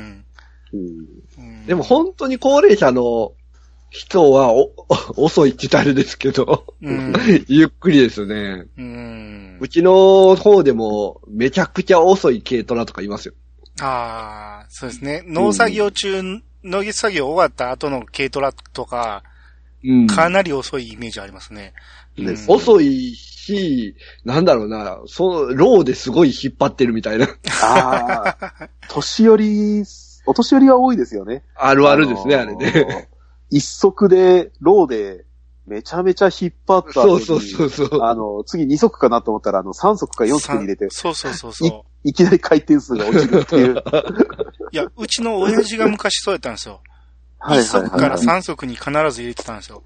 でも本当に高齢者の人は遅いって言ったらあれですけど、ゆっくりですよね。うちの方でもめちゃくちゃ遅い軽トラとかいますよ。 そうですね。農作業終わった後の軽トラとか、かなり遅いイメージありますね。 遅いし、なんだろうな、ローですごい引っ張ってるみたいな。 お年寄りは多いですよね。 あるあるですね、あれね。 一足で、ローで、めちゃめちゃ引っ張った後に。 そう。 次二足かなと思ったら、3足か4足に入れて。 そう。 いきなり回転数が落ちるっていう。 いや、うちの親父が昔そうやったんですよ。1足から3足に必ず入れてたんですよ。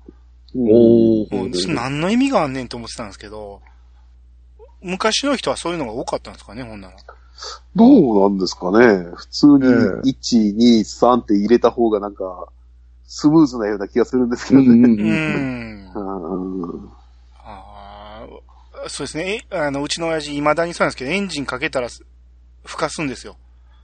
何の意味があんねんと思ってたんですけど、昔の人はそういうのが多かったんですかね、ほんなら。 どうなんですかね。普通に1、2、3って入れた方がなんか、スムーズなような気がするんですけどね。 そうですね。うちの親父未だにそうなんですけど、エンジンかけたら吹かすんですよ。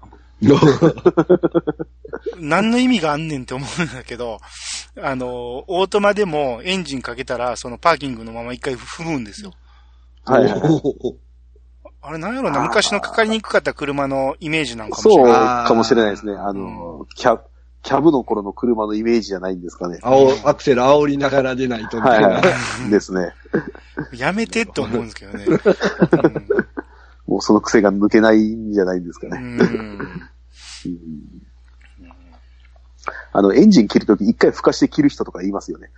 何の意味があんねんって思うんだけど、オートマでもエンジンかけたら、そのパーキングのまま一回踏むんですよ。あれなんやろな、昔のかかりにくかった車のイメージなんかもしれない。 そうかもしれないですね。キャブの頃の車のイメージじゃないんですかね。 アクセル煽りながら出ないとみたいな。 ですね。 やめてって思うんですけどね。 もうその癖が抜けないんじゃないんですかね。エンジン切るとき一回吹かして切る人とか言いますよね。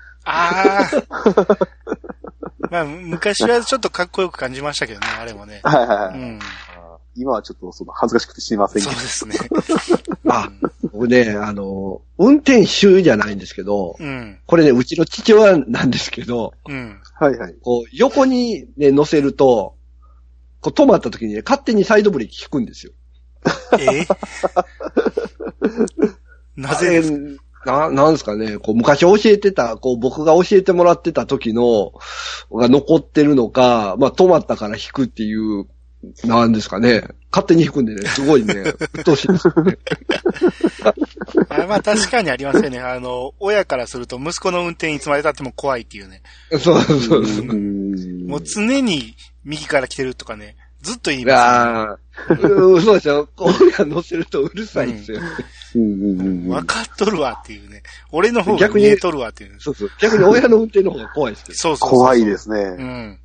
まあ、昔はちょっとかっこよく感じましたけどね、あれもね。 今はちょっと恥ずかしくて知りませんけど。 そうですね。 僕ね、運転手じゃないんですけど、これね、うちの父親なんですけど、こう、横にね、乗せると、こう止まった時にね、勝手にサイドブレーキ引くんですよ。 なぜですか？なんですかね、こう、昔教えてた、こう、僕が教えてもらってた時の、が残ってるのか、まあ、止まったから引くっていう、なんですかね。勝手に引くんでね、すごいね、うっとうしいですね。 まあ確かにありますよね。親からすると息子の運転いつまで経っても怖いっていうね。 そう。 もう常に右から来てるとかね、ずっと言いますね。 そうですよ。親乗せるとうるさいんですよ。 分かっとるわっていうね。俺の方が見えとるわっていう、ね。 そう。逆に親の運転の方が怖いですけど。 そう。 怖いですね。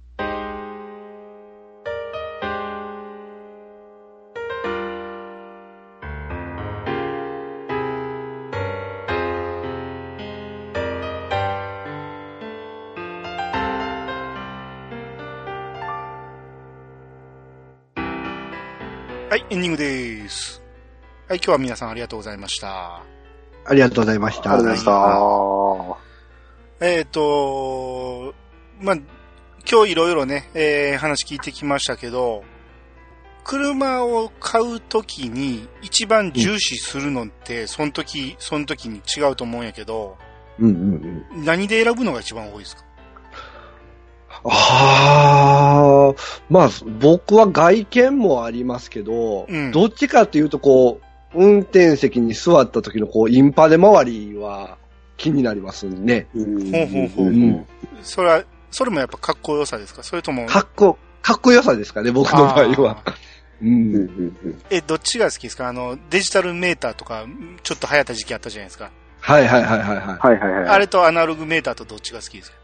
はい、エンディングです。はい、今日は皆さんありがとうございました。 ありがとうございました。 ありがとうございました。 まあ、今日いろいろね、話聞いてきましたけど、車を買うときに一番重視するのって、その時に違うと思うんやけど、何で選ぶのが一番多いですか？ まあ、僕は外見もありますけど、どっちかというとこう、運転席に座った時のこう、インパネ周りは気になりますね。 それもやっぱかっこよさですか？それとも。 かっこよさですかね、僕の場合は。 どっちが好きですか？デジタルメーターとか、ちょっと流行った時期あったじゃないですか。 はい。 あれとアナログメーターとどっちが好きですか？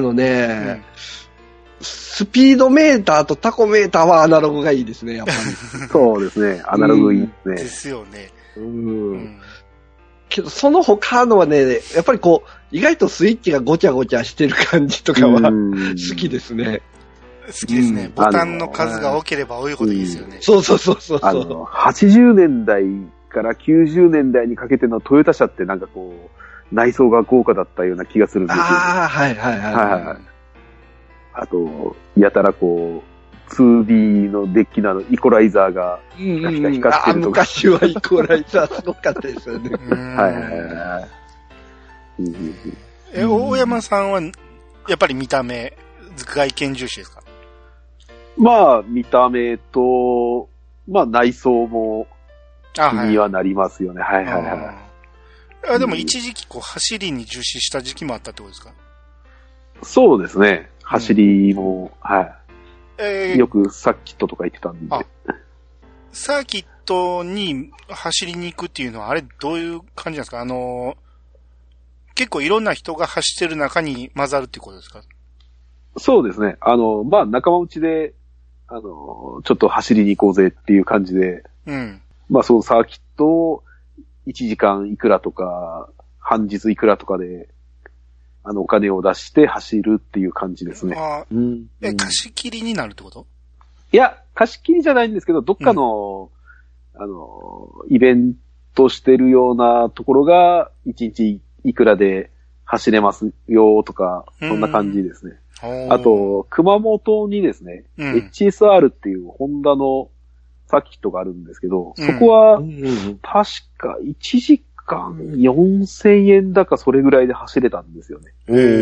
スピードメーターとタコメーターはアナログがいいですね、やっぱり。 そうですね、アナログいいですね。 ですよね。 けど、その他のはね、やっぱりこう、意外とスイッチがごちゃごちゃしてる感じとかは好きですね。 好きですね。ボタンの数が多ければ多いほどいいですよね。 そう。 80年代から90年代にかけてのトヨタ車ってなんかこう、内装が豪華だったような気がするんですよ。はい。あと、やたらこう、2D のデッキのイコライザーが、光ってるとか。 昔はイコライザーすごかったですよね。 大山さんは、やっぱり見た目、外見重視ですか？ まあ、見た目と、まあ、内装も気にはなりますよね。 でも一時期こう走りに重視した時期もあったってことですか？ そうですね。走りも、よくサーキットとか行ってたんで。 サーキットに走りに行くっていうのは、あれどういう感じなんですか？結構いろんな人が走ってる中に混ざるっていうことですか？ そうですね。まあ、仲間内で、ちょっと走りに行こうぜっていう感じで、まあ、そのサーキットを1時間いくらとか、半日いくらとかで、お金を出して走るっていう感じですね。 貸し切りになるってこと？ いや、貸し切りじゃないんですけど、どっかの、イベントしてるようなところが、1日いくらで走れますよとか、そんな感じですね。あと、熊本にですね、HSR っていうホンダのサーキットがあるんですけど、そこは、確か1時間4000円だかそれぐらいで走れたんですよね。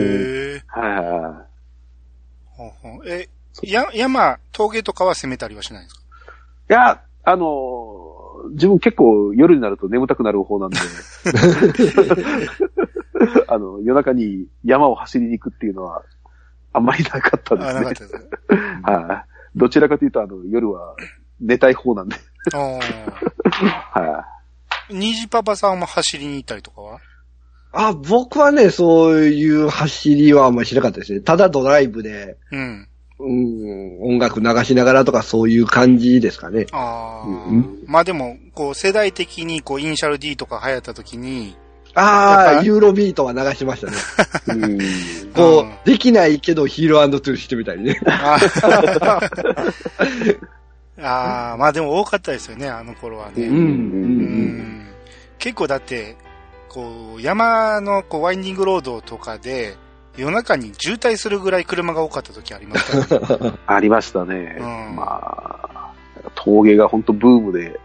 山、峠とかは攻めたりはしないんですか？ いや、自分結構夜になると眠たくなる方なんで、夜中に山を走りに行くっていうのは、あんまりなかったですね。なかったです。どちらかというと、夜は寝たい方なんで。 虹パパさんも走りに行ったりとかは？ 僕はね、そういう走りはあんまりしなかったですね。ただドライブで、音楽流しながらとかそういう感じですかね。 まあでも、こう、世代的に、こう、イニシャル D とか流行った時に、 ユーロビートは流しましたね。こう、できないけどヒーロー&トゥーしてみたいにね。 まあでも多かったですよね、あの頃はね。結構だって、こう、山のこうワインディングロードとかで、夜中に渋滞するぐらい車が多かった時ありましたね。 ありましたね。まあ、峠が本当ブームで。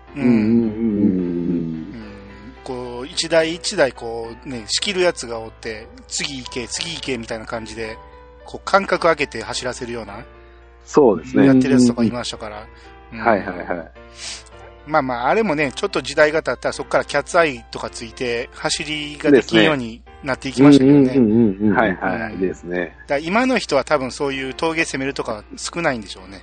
こう、一台一台こうね、仕切るやつがおって、次行けみたいな感じで、こう間隔空けて走らせるような。 そうですね。 やってるやつとかいましたから。まあまあ、あれもね、ちょっと時代が経ったらそこからキャッツアイとかついて、走りができるようになっていきましたけどね。 ですね。 だ今の人は多分そういう峠攻めるとか少ないんでしょうね。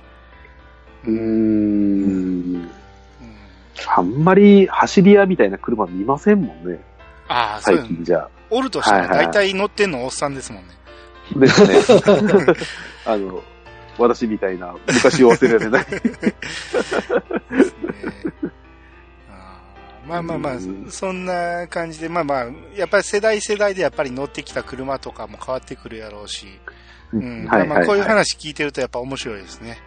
あんまり走り屋みたいな車見ませんもんね。最近じゃ。 おるとしたら大体乗ってんのおっさんですもんね。 ですね。私みたいな昔を忘れられない。 まあまあまあ、そんな感じで、まあまあ、やっぱり世代でやっぱり乗ってきた車とかも変わってくるやろうし、まあこういう話聞いてるとやっぱ面白いですね。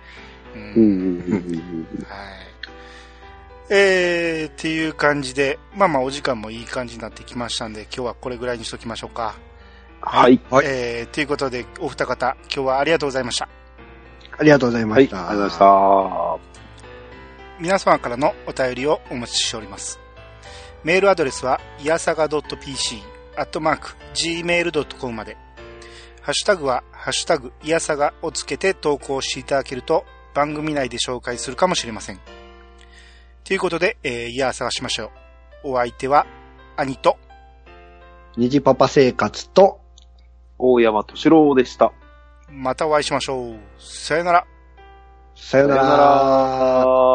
っていう感じで、まあまあお時間もいい感じになってきましたんで、今日はこれぐらいにしときましょうか。ということで、お二方、今日はありがとうございました。 ありがとうございました。 ありがとうございました。 皆様からのお便りをお待ちしております。メールアドレスは、いやさが .pc、@gmail.com まで。ハッシュタグは、 ハッシュタグ、いやさがをつけて投稿していただけると、番組内で紹介するかもしれません。ということで、いやさがしましょう。お相手は、兄と、 虹パパ生活と、 大山敏郎でした。 またお会いしましょう。さよなら。 さよなら。